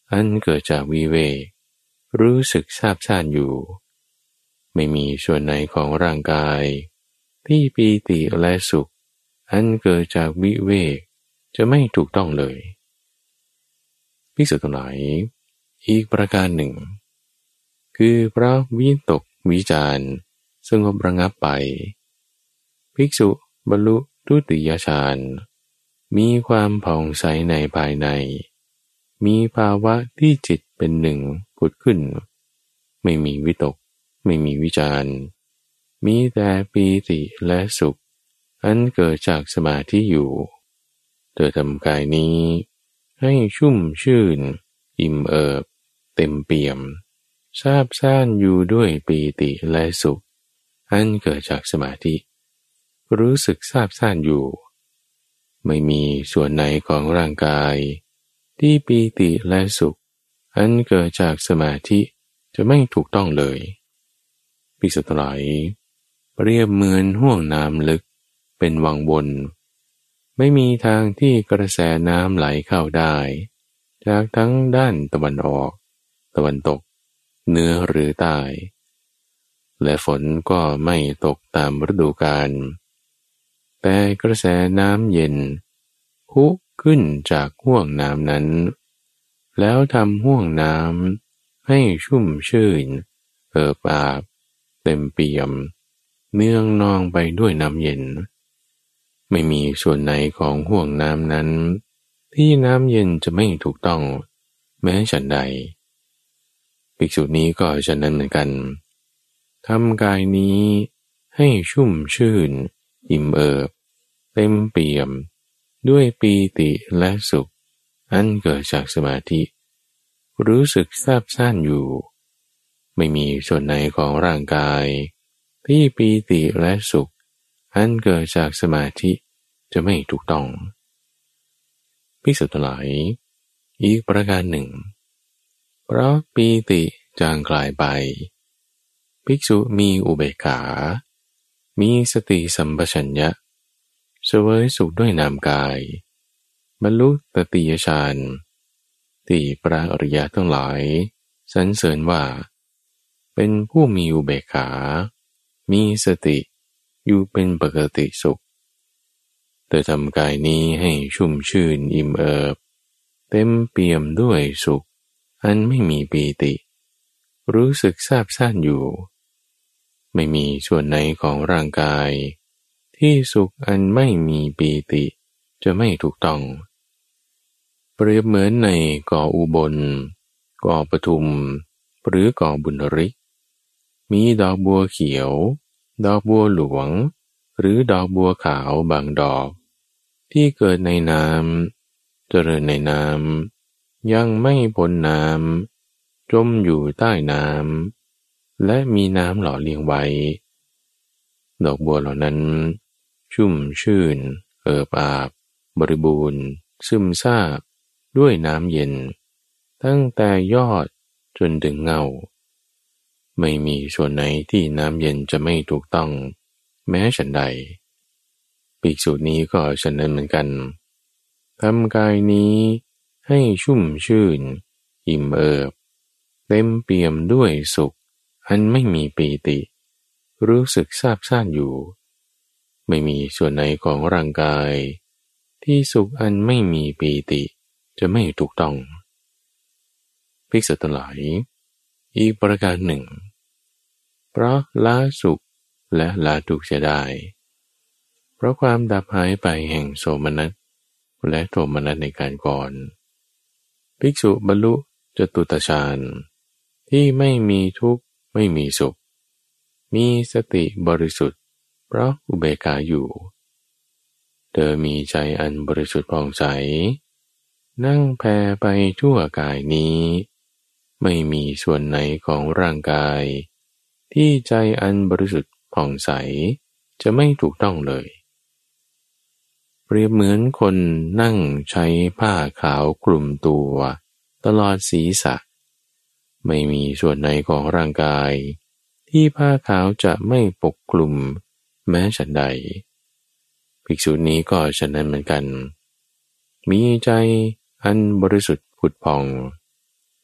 อันเกิดจากวิเวกรู้สึกซาบซ่านอยู่ไม่มีส่วนไหนของร่างกายที่ปีติและสุขอันเกิดจากวิเวกจะไม่ถูกต้องเลยภิกษุทั้งหลายอีกประการหนึ่งคือเพราะวิตกวิจารสงบระงับไปภิกษุบรรลุทุติยฌานมีความผ่องใสในภายในมีภาวะที่จิตเป็นหนึ่งผุดขึ้นไม่มีวิตกไม่มีวิจารมีแต่ปีติและสุขอันเกิดจากสมาธิอยู่เธอทำกายนี้ให้ชุ่มชื่นอิ่มเอิบเต็มเปี่ยมซาบซ่านอยู่ด้วยปีติและสุขอันเกิดจากสมาธิรู้สึกซาบซ่านอยู่ไม่มีส่วนไหนของร่างกายที่ปีติและสุขอันเกิดจากสมาธิจะไม่ถูกต้องเลยภิกษุทั้งหลายเปรียบเหมือนห้วงน้ำลึกเป็นวังวนไม่มีทางที่กระแสน้ำไหลเข้าได้จากทั้งด้านตะวันออกตะวันตกเหนือหรือใต้และฝนก็ไม่ตกตามฤดูกาลแต่กระแสน้ำเย็นพุขึ้นจากห้วงน้ำนั้นแล้วทำห้วงน้ำให้ชุ่มชื่นเอิบอาบเต็มเปี่ยมเนื่องนองไปด้วยน้ำเย็นไม่มีส่วนไหนของห้วงน้ำนั้นที่น้ำเย็นจะไม่ถูกต้องแม้ฉันใดภิกษุนี้ก็ฉะนั้นเหมือนกันทำกายนี้ให้ชุ่มชื่นอิ่มเอิบเต็มเปี่ยมด้วยปีติและสุขอันเกิดจากสมาธิรู้สึกซาบซ่านอยู่ไม่มีส่วนไหนของร่างกายที่ปีติและสุขอันเกิดจากสมาธิจะไม่ถูกต้องภิกษุทั้งหลายอีกประการหนึ่งเพราะปีติจางคลายไปภิกษุมีอุเบกขามีสติสัมปชัญญะเสวยสุขด้วยนามกายบรรลุตติยฌานที่พระอริยะทั้งหลายสรรเสริญว่าเป็นผู้มีอุเบกขามีสติอยู่เป็นปกติสุขเธอทำกายนี้ให้ชุ่มชื่นอิ่มเอิบเต็มเปี่ยมด้วยสุขอันไม่มีปีติรู้สึกซาบซ่านอยู่ไม่มีส่วนไหนของร่างกายที่สุขอันไม่มีปีติจะไม่ถูกต้องเปรียบเหมือนในก่ออุบลก่อปทุมหรือก่อบุญริกมีดอกบัวเขียวดอกบัวหลวงหรือดอกบัวขาวบางดอกที่เกิดในน้ำเจริญในน้ำยังไม่พ้นน้ำจมอยู่ใต้น้ำและมีน้ำหล่อเลี้ยงไว้ดอกบัวเหล่านั้นชุ่มชื่นเอิบอาบบริบูรณ์ซึมซาบด้วยน้ำเย็นตั้งแต่ยอดจนถึงเงาไม่มีส่วนไหนที่น้ำเย็นจะไม่ถูกต้องแม้ฉันใดภิกษุนี้ก็ฉะนั้นเหมือนกันทำกายนี้ให้ชุ่มชื่นอิ่มเอิบเต็มเปี่ยมด้วยสุขอันไม่มีปีติรู้สึกซาบซ่านอยู่ไม่มีส่วนไหนของร่างกายที่สุขอันไม่มีปีติจะไม่ถูกต้องภิกษุทั้งหลายอีกประการหนึ่งเพราะละสุขและละทุกข์เสียได้เพราะความดับหายไปแห่งโสมนัสและโทมนัสในการก่อนภิกษุบรรลุจตุตฌานที่ไม่มีทุกข์ไม่มีสุขมีสติบริสุทธิ์เพราะอุเบกขาอยู่เธอมีใจอันบริสุทธิ์ผ่องใสนั่งแผ่ไปทั่วกายนี้ไม่มีส่วนไหนของร่างกายที่ใจอันบริสุทธิ์ผ่องใสจะไม่ถูกต้องเลยเปรียบเหมือนคนนั่งใช้ผ้าขาวคลุมตัวตลอดศีรษะไม่มีส่วนไหนของร่างกายที่ผ้าขาวจะไม่ปกคลุมแม้ฉันใดภิกษุนี้ก็ฉะนั้นเหมือนกันมีใจอันบริสุทธิ์ผุดผ่อง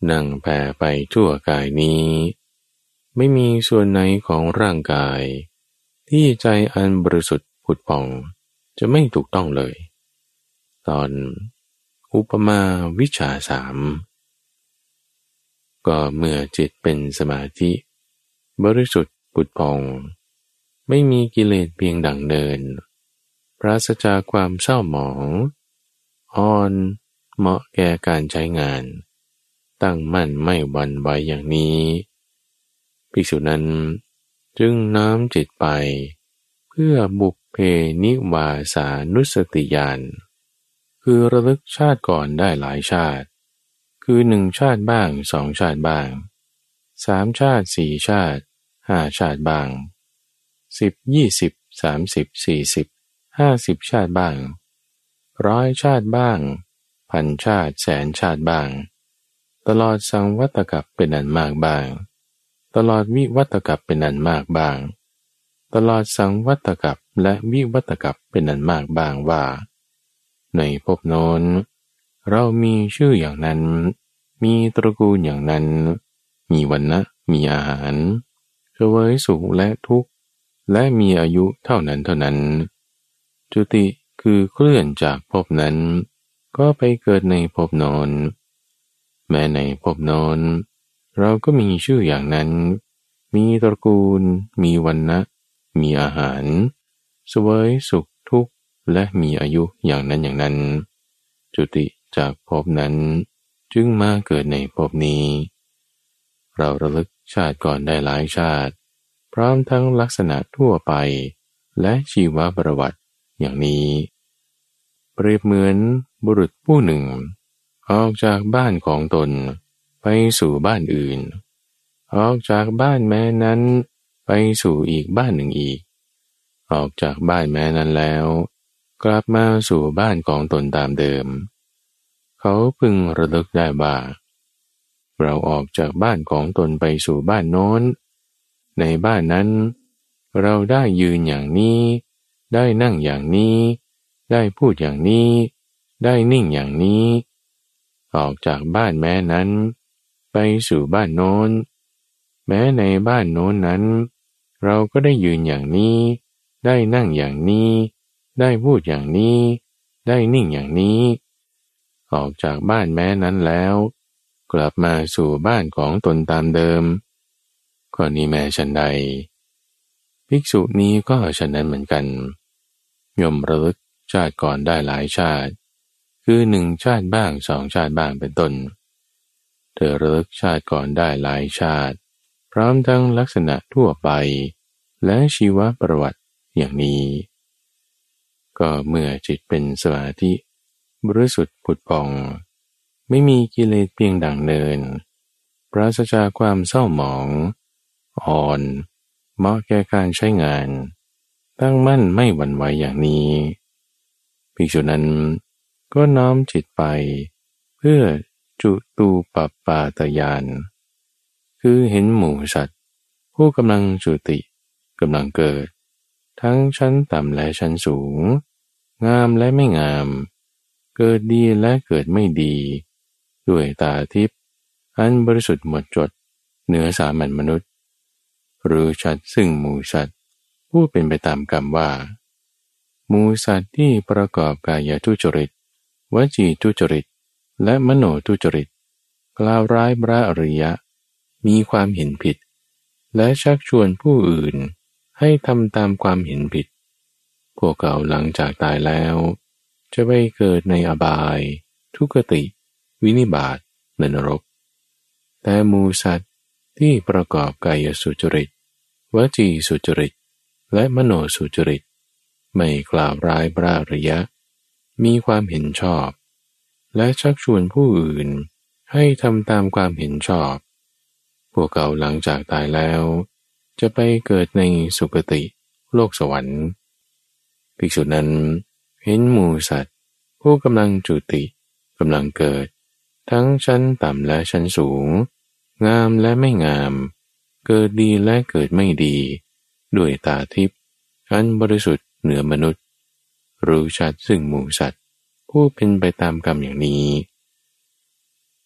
นั่งแผ่ไปทั่วกายนี้ไม่มีส่วนไหนของร่างกายที่ใจอันบริสุทธิ์ผุดผ่องจะไม่ถูกต้องเลยตอนอุปมาวิชาสามก็เมื่อจิตเป็นสมาธิบริสุทธิ์ผุดผ่องไม่มีกิเลสเพียงดั่งเดินปราศจากความเศร้าหมองอ่อนเหมาะแก่การใช้งานตั้งมั่นไม่หวั่นไหวอย่างนี้ภิกษุนั้นจึงน้อมจิตไปเพื่อบุพเพนิวาสานุสติญาณคือระลึกชาติก่อนได้หลายชาติคือหนึ่งชาติบ้างสองชาติบ้างสามชาติสี่ชาติห้าชาติบ้างสิบยี่สิบสามสิบสี่สิบห้าสิบชาติบ้างร้อยชาติบ้างพันชาติแสนชาติบ้างตลอดสังวัตกัปเป็นอันมากบ้างตลอดวิวัตกัปเป็นอันมากบ้างตลอดสังวัตกัปและวิวัตกัปเป็นอันมากบ้างว่าในภพโน้นเรามีชื่ออย่างนั้นมีตระกูลอย่างนั้นมีวรรณะมีอาหารเสวยสุขและทุกข์และมีอายุเท่านั้นเท่านั้นจุติคือเคลื่อนจากภพนั้นก็ไปเกิดในภพโน้นแม้ในภพโน้นเราก็มีชื่ออย่างนั้นมีตระกูลมีวรรณะมีอาหารเสวยสุขทุกข์และมีอายุอย่างนั้นอย่างนั้นจุติจากภพนั้นจึงมาเกิดในภพนี้เราระลึกชาติก่อนได้หลายชาติพร้อมทั้งลักษณะทั่วไปและชีวประวัติอย่างนี้เปรียบเหมือนบุรุษผู้หนึ่งออกจากบ้านของตนไปสู่บ้านอื่นออกจากบ้านแม้นั้นไปสู่อีกบ้านหนึ่งอีกออกจากบ้านแม้นั้นแล้วกลับมาสู่บ้านของตนตามเดิมเขาพึงระลึกได้ว่าเราออกจากบ้านของตนไปสู่บ้านโน้นในบ้านนั้นเราได้ยืนอย่างนี้ได้นั่งอย่างนี้ได้พูดอย่างนี้ได้นิ่งอย่างนี้ออกจากบ้านแม้นั้นไปสู่บ้านโน้นแม้ในบ้านโน้นนั้นเราก็ได้ยืนอย่างนี้ได้นั่งอย่างนี้ได้พูดอย่างนี้ได้นิ่งอย่างนี้ออกจากบ้านแม้นั้นแล้วกลับมาสู่บ้านของตนตามเดิมก็นี้แม้ฉันใดภิกษุนี้ก็ฉันนั้นเหมือนกันย่อมระลึกชาติก่อนได้หลายชาติคือหนึ่งชาติบ้างสองชาติบ้างเป็นต้นเธอระลึกชาติก่อนได้หลายชาติพร้อมทั้งลักษณะทั่วไปและชีวประวัติอย่างนี้ก็เมื่อจิตเป็นสมาธิบริสุทธิ์ผุดผ่องไม่มีกิเลสเพียงดั่งเนินปราศจากความเศร้าหมองอ่อนเหมาะแก่การใช้งานตั้งมั่นไม่หวั่นไหวอย่างนี้ภิกษุนั้นก็น้อมจิตไปเพื่อจุตูปปาตญาณคือเห็นหมู่สัตว์ผู้กำลังจุติกำลังเกิดทั้งชั้นต่ำและชั้นสูงงามและไม่งามเกิดดีและเกิดไม่ดีด้วยตาทิพย์อันบริสุทธิ์หมดจดเหนือสามัญมนุษย์หรือชัดซึ่งหมู่สัตว์ผู้เป็นไปตามกรรมว่าหมู่สัตว์ที่ประกอบกายทุจริตวจีทุจริตและมโนทุจริตกล่าวร้ายพระอริยะมีความเห็นผิดและชักชวนผู้อื่นให้ทำตามความเห็นผิดพวกเขาหลังจากตายแล้วจะไปเกิดในอบายทุกติวินิบาตในนรกแต่หมู่สัตว์ที่ประกอบกายสุจริตวจีสุจริตและมโนสุจริตไม่กล่าวร้ายพระอริยะมีความเห็นชอบและชักชวนผู้อื่นให้ทำตามความเห็นชอบพวกเขาหลังจากตายแล้วจะไปเกิดในสุคติโลกสวรรค์ภิกษุนั้นเห็นหมู่สัตว์ผู้กำลังจุติกำลังเกิดทั้งชั้นต่ำและชั้นสูงงามและไม่งามเกิดดีและเกิดไม่ดีด้วยตาทิพย์อันบริสุทธิ์เหนือมนุษย์รู้ชัดซึ่งหมู่สัตว์ผู้เป็นไปตามกรรมอย่างนี้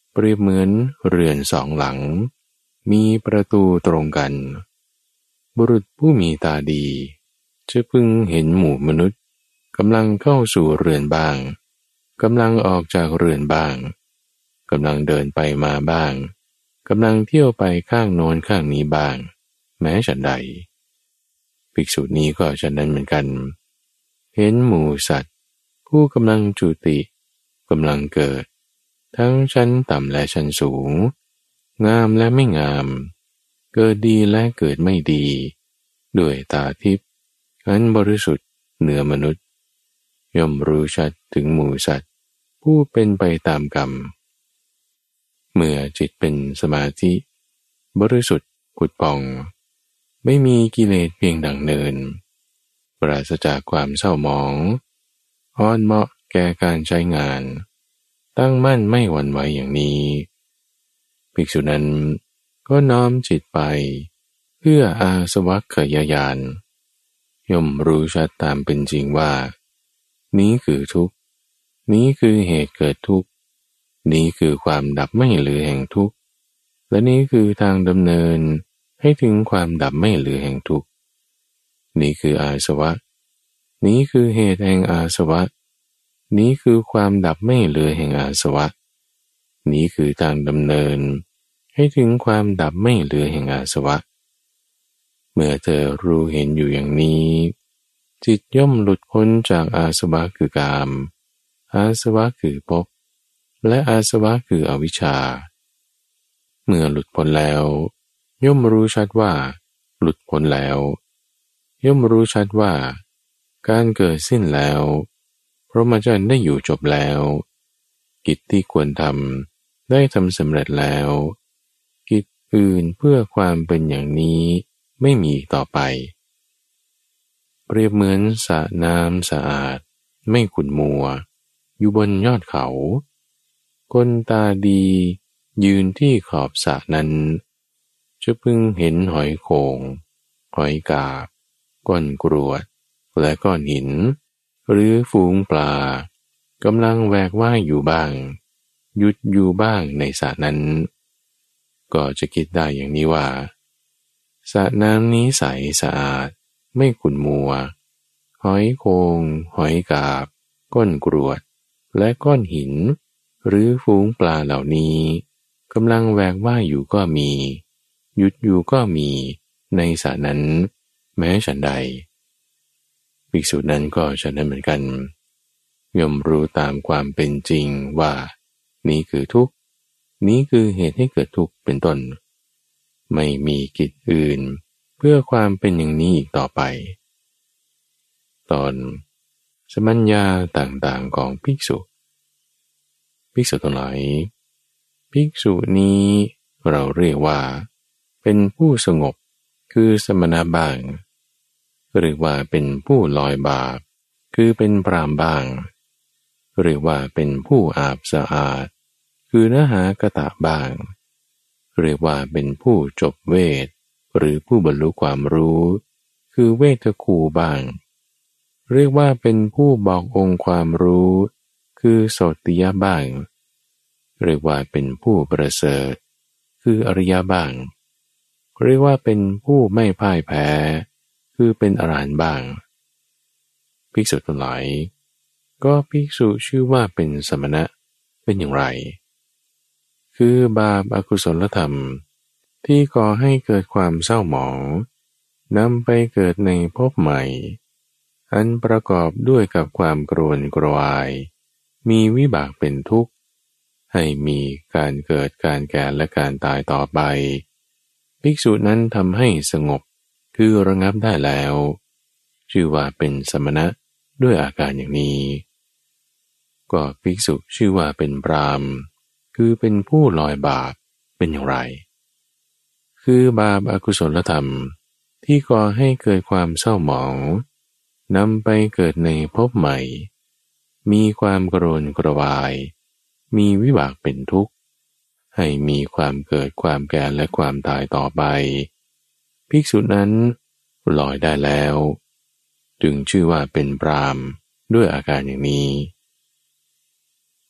เปรียบเหมือนเรือนสองหลังมีประตูตรงกันบุรุษผู้มีตาดีจะพึงเห็นหมู่มนุษย์กำลังเข้าสู่เรือนบ้างกำลังออกจากเรือนบ้างกำลังเดินไปมาบ้างกำลังเที่ยวไปข้างโน้นข้างนี้บ้างแม้ฉันใดภิกษุนี้ก็ฉะนั้นเหมือนกันเห็นหมู่สัตว์ผู้กำลังจุติกำลังเกิดทั้งชั้นต่ำและชั้นสูงงามและไม่งามเกิดดีและเกิดไม่ดีด้วยตาทิพย์อันบริสุทธิ์เหนือมนุษย์ย่อมรู้ชัดถึงหมู่สัตว์ผู้เป็นไปตามกรรมเมื่อจิตเป็นสมาธิบริสุทธิ์ผุดผ่องไม่มีกิเลสเพียงดังเนินปราศจากความเศร้าหมองอ่อนเหมาะแก่การใช้งานตั้งมั่นไม่หวั่นไหวอย่างนี้ภิกษุนั้นก็น้อมจิตไปเพื่ออาสวัคคยญาณย่อมรู้ชัดตามเป็นจริงว่านี้คือทุกข์นี้คือเหตุเกิดทุกข์นี้คือความดับไม่เหลือแห่งทุกข์และนี้คือทางดำเนินให้ถึงความดับไม่เหลือแห่งทุกข์นี้คืออาสวะนี้คือเหตุแห่งอาสวะนี้คือความดับไม่เหลือแห่งอาสวะนี้คือทางดำเนินให้ถึงความดับไม่เหลือแห่งอาสวะเมื่อเธอรู้เห็นอยู่อย่างนี้จิตย่อมหลุดพ้นจากอาสวะคือกามอาสวะคือภพและอาสวะคืออวิชชาเมื่อหลุดพ้นแล้วย่อมรู้ชัดว่าหลุดพ้นแล้วย่อมรู้ชัดว่าการเกิดสิ้นแล้วพรหมจรรย์ได้อยู่จบแล้วกิจที่ควรทำได้ทำสำเร็จแล้วกิจอื่นเพื่อความเป็นอย่างนี้ไม่มีต่อไปเปรียบเหมือนสระน้ำสะอาดไม่ขุ่นมัวอยู่บนยอดเขาคนตาดียืนที่ขอบสระนั้นจะพึงเห็นหอยโข่งหอยกาบก้อนกรวดและก้อนหินหรือฝูงปลากำลังแหวกว่ายอยู่บ้างหยุดอยู่บ้างในสระนั้นก็จะคิดได้อย่างนี้ว่าสระน้ำนี้ใสสะอาดไม่ขุ่นมัวหอยโข่งหอยกาบก้อนกรวดและก้อนหินหรือฝูงปลาเหล่านี้กำลังแหวกว่ายอยู่ก็มีหยุดอยู่ก็มีในสระนั้นแม้ฉันใดภิกษุนั้นก็ฉะนั้นเหมือนกันย่อมรู้ตามความเป็นจริงว่านี้คือทุกข์นี้คือเหตุให้เกิดทุกข์เป็นต้นไม่มีกิจอื่นเพื่อความเป็นอย่างนี้อีกต่อไปตอนสมัญญาต่างๆของภิกษุภิกษุทั้งหลายภิกษุนี้เราเรียกว่าเป็นผู้สงบคือสมณะบ้างหรือว่าเป็นผู้ลอยบาปคือเป็นพรามบ้างหรือว่าเป็นผู้อาบสะอาดคือนหากตะบ้างเรียกว่าเป็นผู้จบเวทหรือผู้บรรลุความรู้คือเวทคูบ้างเรียกว่าเป็นผู้บอกองค์ความรู้คือโสติยะบ้างเรียกว่าเป็นผู้ประเสริฐคืออริยะบ้างเรียกว่าเป็นผู้ไม่พ่ายแพ้คือเป็นอรหันต์บ้างภิกษุทั้งหลายก็ภิกษุชื่อว่าเป็นสมณะเป็นอย่างไรคือบาปอกุศลธรรมที่ก่อให้เกิดความเศร้าหมองนำไปเกิดในภพใหม่อันประกอบด้วยกับความโกรธกรวายมีวิบากเป็นทุกข์ให้มีการเกิดการแก่และการตายต่อไปภิกษุนั้นทำให้สงบคือระงับได้แล้วชื่อว่าเป็นสมณะด้วยอาการอย่างนี้ก็ภิกษุชื่อว่าเป็นพรามคือเป็นผู้ลอยบาปเป็นอย่างไรคือบาปอกุศลธรรมที่ก่อให้เกิดความเศร้าหมองนำไปเกิดในภพใหม่มีความโกรธกระวายมีวิบากเป็นทุกข์ให้มีความเกิดความแก่และความตายต่อไปภิกษุนั้นลอยได้แล้วจึงชื่อว่าเป็นพรามด้วยอาการอย่างนี้ก็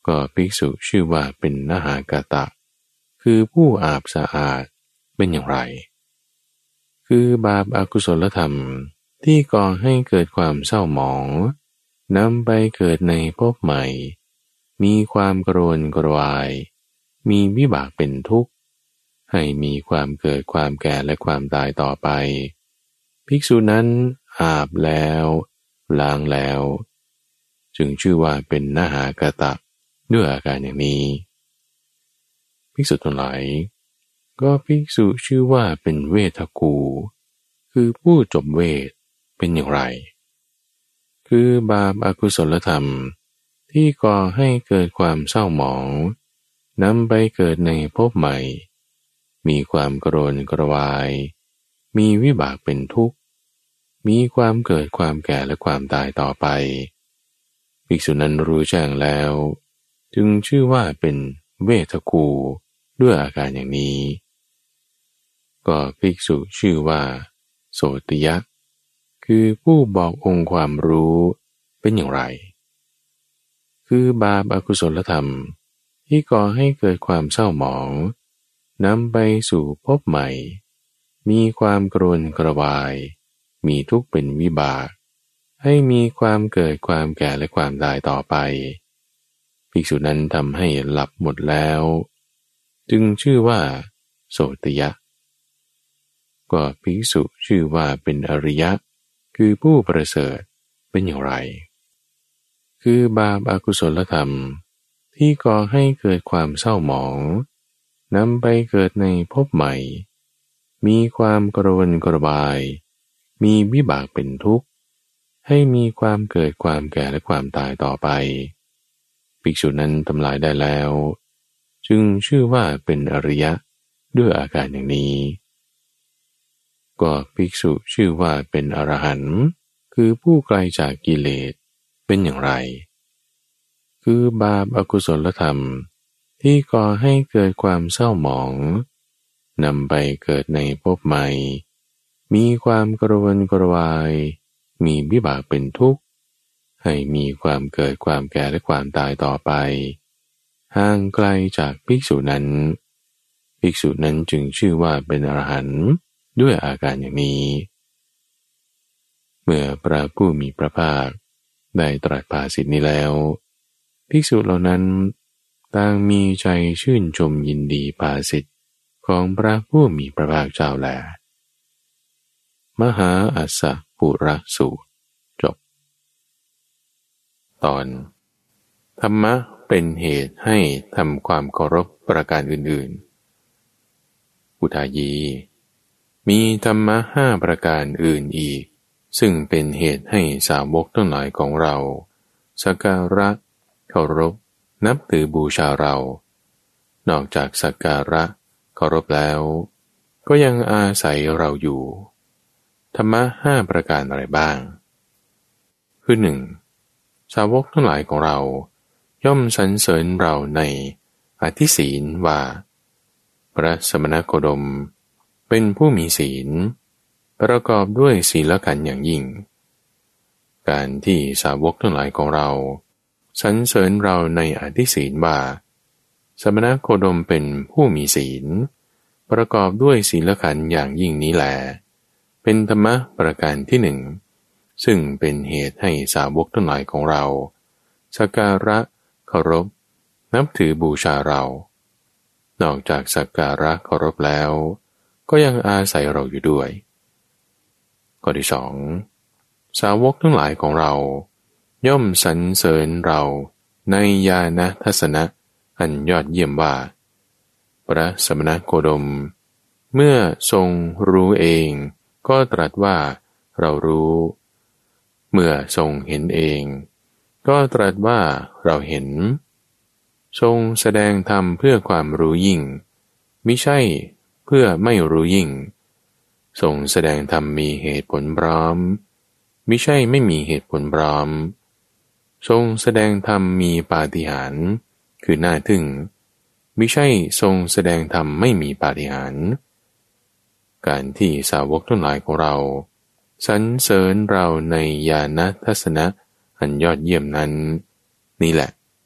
ก็ภิกษุชื่อว่าเป็นนหากตะคือผู้อาบสะอาดเป็นอย่างไรคือบาปอกุศลธรรมที่ก่อให้เกิดความเศร้าหมองนำไปเกิดในภพใหม่มีความกรวนกรวายมีวิบากเป็นทุกข์ให้มีความเกิดความแก่และความตายต่อไปภิกษุนั้นอาบแล้วล้างแล้วจึงชื่อว่าเป็นนหากตะด้วยอาการอย่างนี้ภิกษุทั้งหลายก็ภิกษุชื่อว่าเป็นเวทกูคือผู้จบเวทเป็นอย่างไรคือบาปอกุศลธรรมที่ก่อให้เกิดความเศร้าหมองนำไปเกิดในภพใหม่มีความกรนกระวายมีวิบากเป็นทุกข์มีความเกิดความแก่และความตายต่อไปภิกษุนั้นรู้แจ้งแล้วจึงชื่อว่าเป็นเวทกูด้วยอาการอย่างนี้ก็ภิกษุชื่อว่าโสติยะคือผู้บอกองค์ความรู้เป็นอย่างไรคือบาปอกุศลธรรมที่ก่อให้เกิดความเศร้าหมองนำไปสู่ภพใหม่มีความกรวนกระวายมีทุกข์เป็นวิบากให้มีความเกิดความแก่และความตายต่อไปภิกษุนั้นทำให้หลับหมดแล้วจึงชื่อว่าโสติยะก็ภิกษุชื่อว่าเป็นอริยะคือผู้ประเสริฐเป็นอย่างไรคือบาปอกุศลธรรมที่ก่อให้เกิดความเศร้าหมองนำไปเกิดในภพใหม่มีความกระวนกระวายมีวิบากเป็นทุกข์ให้มีความเกิดความแก่และความตายต่อไปภิกษุนั้นทำลายได้แล้วจึงชื่อว่าเป็นอริยะด้วยอาการอย่างนี้ก็ภิกษุชื่อว่าเป็นอรหันต์คือผู้ไกลจากกิเลสเป็นอย่างไรคือบาปอกุศลธรรมที่ก่อให้เกิดความเศร้าหมองนำไปเกิดในภพใหม่มีความกระวนกระวายมีวิบากเป็นทุกข์ให้มีความเกิดความแก่และความตายต่อไปห่างไกลจากภิกษุนั้นภิกษุนั้นจึงชื่อว่าเป็นอรหันต์ด้วยอาการอย่างนี้เมื่อพระผู้มีพระภาคได้ตรัสภาษิตนี้แล้วภิกษุเหล่านั้นต่างมีใจชื่นชมยินดีภาษิตของพระผู้มีพระภาคเจ้าแลมหาอัสสปุระสูตรจบตอนธรรมะเป็นเหตุให้ทำความเคารพประการอื่นๆอุทายีมีธรรมะห้าประการอื่นอีกซึ่งเป็นเหตุให้สาวกทั้งหลายของเราสักการะเคารพนับถือบูชาเรานอกจากสักการะเคารพแล้วก็ยังอาศัยเราอยู่ธรรมะห้าประการอะไรบ้างคือหนึ่งสาวกทั้งหลายของเราย่อมสรรเสริญเราในอธิศีลว่าพระสมณโคดมเป็นผู้มีศีลประกอบด้วยศีลขันธ์อย่างยิ่งการที่สาวกทั้งหลายของเราสรรเสริญเราในอธิศีลว่าสมณโคดมเป็นผู้มีศีลประกอบด้วยศีลขันธ์อย่างยิ่งนี้แลเป็นธรรมะประการที่หนึ่งซึ่งเป็นเหตุให้สาวกทั้งหลายของเราสักการะเคารพนับถือบูชาเรานอกจากสักการะเคารพแล้วก็ยังอาศัยเราอยู่ด้วยข้อที่สองสาวกทั้งหลายของเราย่อมสรรเสริญเราในญาณทัศนะอันยอดเยี่ยมว่าพระสมณโคดมเมื่อทรงรู้เองก็ตรัสว่าเรารู้เมื่อทรงเห็นเองก็ตรัสว่าเราเห็นทรงแสดงธรรมเพื่อความรู้ยิ่งมิใช่เพื่อไม่รู้ยิ่งทรงแสดงธรรมมีเหตุผลพร้อมมิใช่ไม่มีเหตุผลพร้อมทรงแสดงธรรมมีปาฏิหาริย์คือน่าทึ่งมิใช่ทรงแสดงธรรมไม่มีปาฏิหาริย์การที่สาวกทั้งหลายของเราสรรเสริญเราในญาณทัศนะอันยอดเยี่ยมนั้นนี่แหละ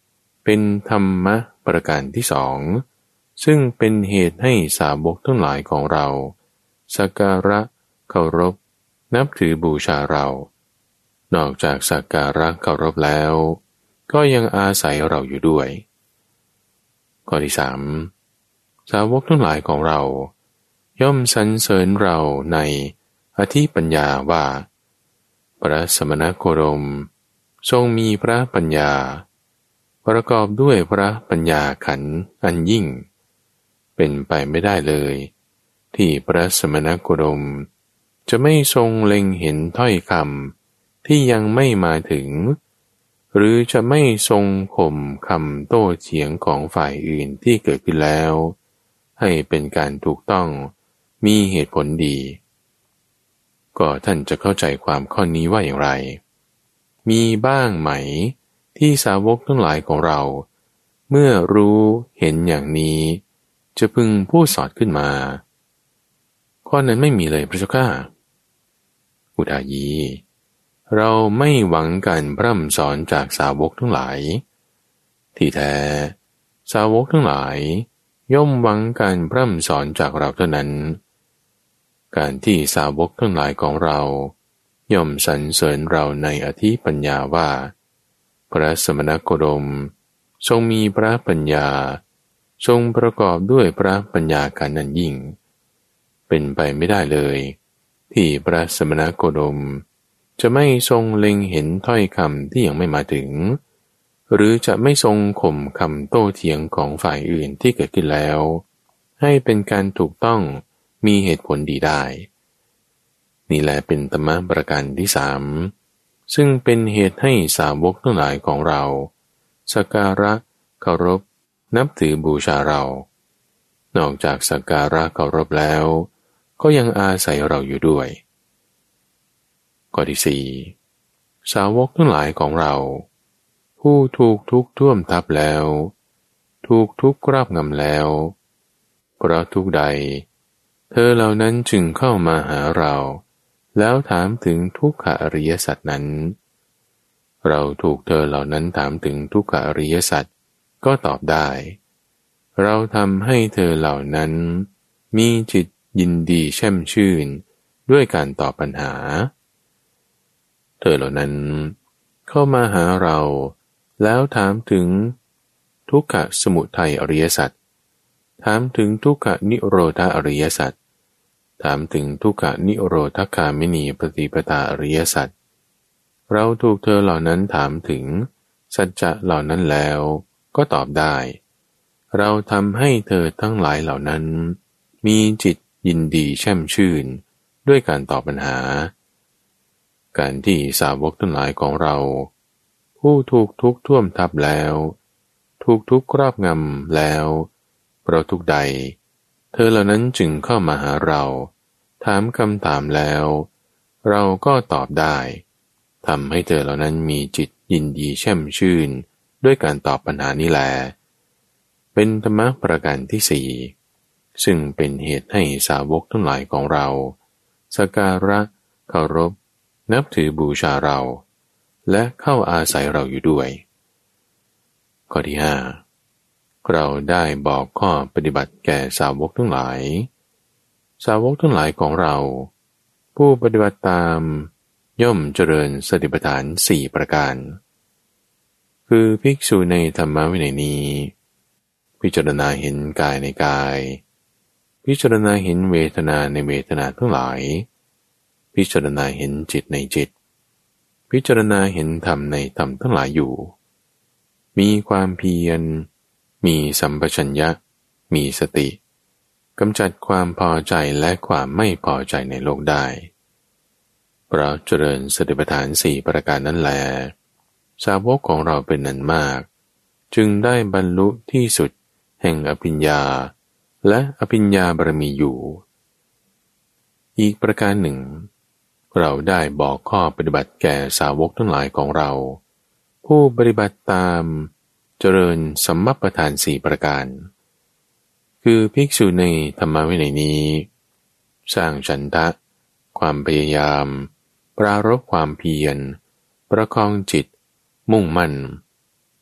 เป็นธรรมะประการที่สองซึ่งเป็นเหตุให้สาวกทั้งหลายของเราสักการะเคารพนับถือบูชาเรา นอกจากสักการะเคารพแล้วก็ยังอาศัยเราอยู่ด้วยข้อที่สามสาวกทั้งหลายของเราย่อมสรรเสริญเราในอธิปัญญาว่าพระสมณโคดมทรงมีพระปัญญาประกอบด้วยพระปัญญาขันธ์อันยิ่งเป็นไปไม่ได้เลยที่พระสมณโคดมจะไม่ทรงเล็งเห็นถ้อยคำที่ยังไม่มาถึงหรือจะไม่ทรงข่มคำโต้เถียงของฝ่ายอื่นที่เกิดขึ้นแล้วให้เป็นการถูกต้องมีเหตุผลดีก็ท่านจะเข้าใจความข้อนี้ว่าอย่างไรมีบ้างไหมที่สาวกทั้งหลายของเราเมื่อรู้เห็นอย่างนี้จะพึงพูดสอดขึ้นมาข้อนั้นไม่มีเลยพระเจ้าข้าอุทายีเราไม่หวังการพร่ำสอนจากสาวกทั้งหลายที่แท้สาวกทั้งหลายย่อมหวังการพร่ำสอนจากเราเท่านั้นการที่สาวกทั้งหลายของเราย่อมสรรเสริญเราในอธิปัญญาว่าพระสมณโคดมทรงมีพระปัญญาทรงประกอบด้วยพระปัญญาขันธ์อันยิ่งเป็นไปไม่ได้เลยที่พระสมณโคดมจะไม่ทรงเล็งเห็นถ้อยคำที่ยังไม่มาถึงหรือจะไม่ทรงข่มคำโต้เถียงของฝ่ายอื่นที่เกิดขึ้นแล้วให้เป็นการถูกต้องมีเหตุผลดีได้นี่แหละเป็นธรรมะประการที่สามซึ่งเป็นเหตุให้สาวกทั้งหลายของเราสักการะเคารพนับถือบูชาเรานอกจากสักการะเคารพแล้วก็ยังอาศัยเราอยู่ด้วยข้อที่สี่สาวกทั้งหลายของเราผู้ถูกทุกข์ท่วมทับแล้วถูกทุกข์ครอบงำแล้วเพราะทุกข์ใดเธอเหล่านั้นจึงเข้ามาหาเราแล้วถามถึงทุกขอริยสัจนั้นเราถูกเธอเหล่านั้นถามถึงทุกขอริยสัจก็ตอบได้เราทำให้เธอเหล่านั้นมีจิตยินดีแช่มชื่นด้วยการตอบปัญหาเธอเหล่านั้นเข้ามาหาเราแล้วถามถึงทุกขสมุทัยอริยสัจถามถึงทุกขนิโรธาอริยสัจถามถึงทุกขนิโรธคามินีปฏิปทาอริยสัจเราถูกเธอเหล่านั้นถามถึงสัจจะเหล่านั้นแล้วก็ตอบได้เราทำให้เธอทั้งหลายเหล่านั้นมีจิตยินดีแช่มชื่นด้วยการตอบปัญหาการที่สาวกทั้งหลายของเราผู้ถูกทุกข์ท่วมทับแล้วถูกทุกข์ครอบงำแล้วเพราะทุกข์ใดเธอเหล่านั้นจึงเข้ามาหาเราถามคำถามแล้วเราก็ตอบได้ทำให้เธอเหล่านั้นมีจิตยินดีแช่มชื่นด้วยการตอบปัญหานี้แลเป็นธรรมะประการที่สี่ซึ่งเป็นเหตุให้สาวกทั้งหลายของเราสักการะเคารพนับถือบูชาเราและเข้าอาศัยเราอยู่ด้วยข้อที่ห้าเราได้บอกข้อปฏิบัติแก่สาวกทั้งหลายสาวกทั้งหลายของเราผู้ปฏิบัติตามย่อมเจริญสติปัฏฐานสี่ประการคือภิกษุในธรรมวินัยนี้พิจารณาเห็นกายในกายพิจารณาเห็นเวทนาในเวทนาทั้งหลายพิจารณาเห็นจิตในจิตพิจารณาเห็นธรรมในธรรมทั้งหลายอยู่มีความเพียรมีสัมปชัญญะมีสติกำจัดความพอใจและความไม่พอใจในโลกได้เพราะเจริญสติปัฏฐานสี่ประการนั้นแลสาวกของเราเป็นนันมากจึงได้บรรลุที่สุดแห่งอภิญญาและอภิญญาบารมีอยู่อีกประการหนึ่งเราได้บอกข้อปฏิบัติแก่สาวกทั้งหลายของเราผู้ปฏิบัติตามเจริญสัมมัปปทานสี่ประการคือภิกษุในธรรมวินัยนี้สร้างฉันทะความพยายามปรารภความเพียรประคองจิตมุ่งมั่น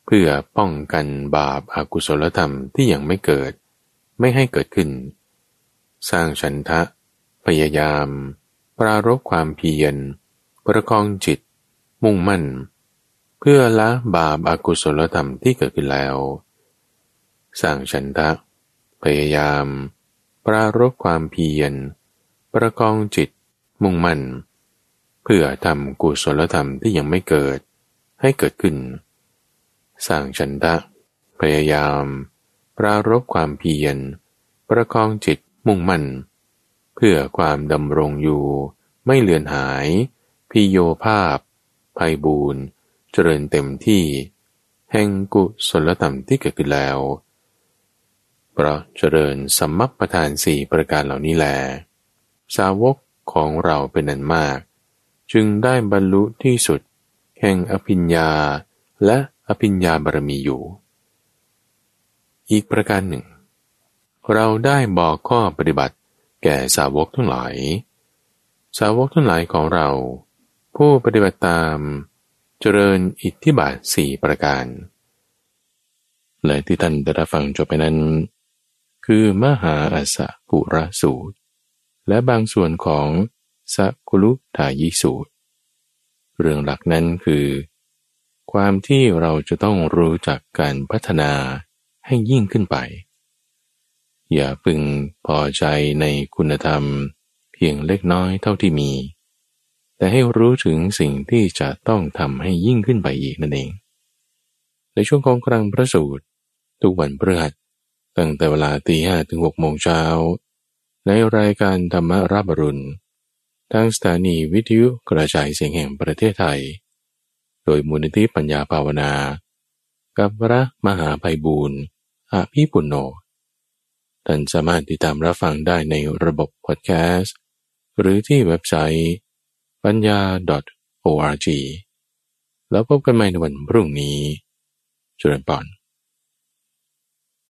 เพื่อป้องกันบาปอกุศลธรรมที่ยังไม่เกิดไม่ให้เกิดขึ้นสร้างฉันทะพยายามปรารภความเพียรประคองจิตมุ่งมั่นเพื่อละบาปอกุศลธรรมที่เกิดขึ้นแล้วสร้างฉันทะพยายามปรารภความเพียรประคองจิตมุ่งมั่นเพื่อทำกุศลธรรมที่ยังไม่เกิดให้เกิดขึ้นสร้างฉันทะพยายามปรารภความเพียรประคองจิตมุ่งมั่นเพื่อความดำรงอยู่ไม่เลือนหายพิโยภาพไพบูรณ์เจริญเต็มที่แห่งกุศลธรรมที่เกิดขึ้นแล้วเพราะเจริญสัมมัปปทานสี่ประการเหล่านี้แลสาวกของเราเป็นอันมากจึงได้บรรลุที่สุดแห่งอภิญญาและอภิญญาบารมีอยู่อีกประการหนึ่งเราได้บอกข้อปฏิบัติแก่สาวกทั้งหลายสาวกทั้งหลายของเราผู้ปฏิบัติตามเจริญอิทธิบาทสี่ประการและที่ท่านได้รับฟังจบไปนั้นคือมหาอัสสกุรสูตรและบางส่วนของสักกุลุทายิสูตรเรื่องหลักนั้นคือความที่เราจะต้องรู้จักการพัฒนาให้ยิ่งขึ้นไปอย่าพึงพอใจในคุณธรรมเพียงเล็กน้อยเท่าที่มีแต่ให้รู้ถึงสิ่งที่จะต้องทำให้ยิ่งขึ้นไปอีกนั่นเองในช่วงของครั้งพระสูตรทุกวันพฤหัสตั้งแต่เวลาตีห้าถึงหกโมงเช้าในรายการธรรมรับอรุณทางสถานีวิทยุกระจายเสียงแห่งประเทศไทยโดยมูลนิธิปัญญาภาวนากับพระมหาไพบูลย์อภิปุณโญท่านสามารถติดตามรับฟังได้ในระบบพอดแคสต์หรือที่เว็บไซต์ปัญญา .org แล้วพบกันใหม่ในวันพรุ่งนี้เจริญพร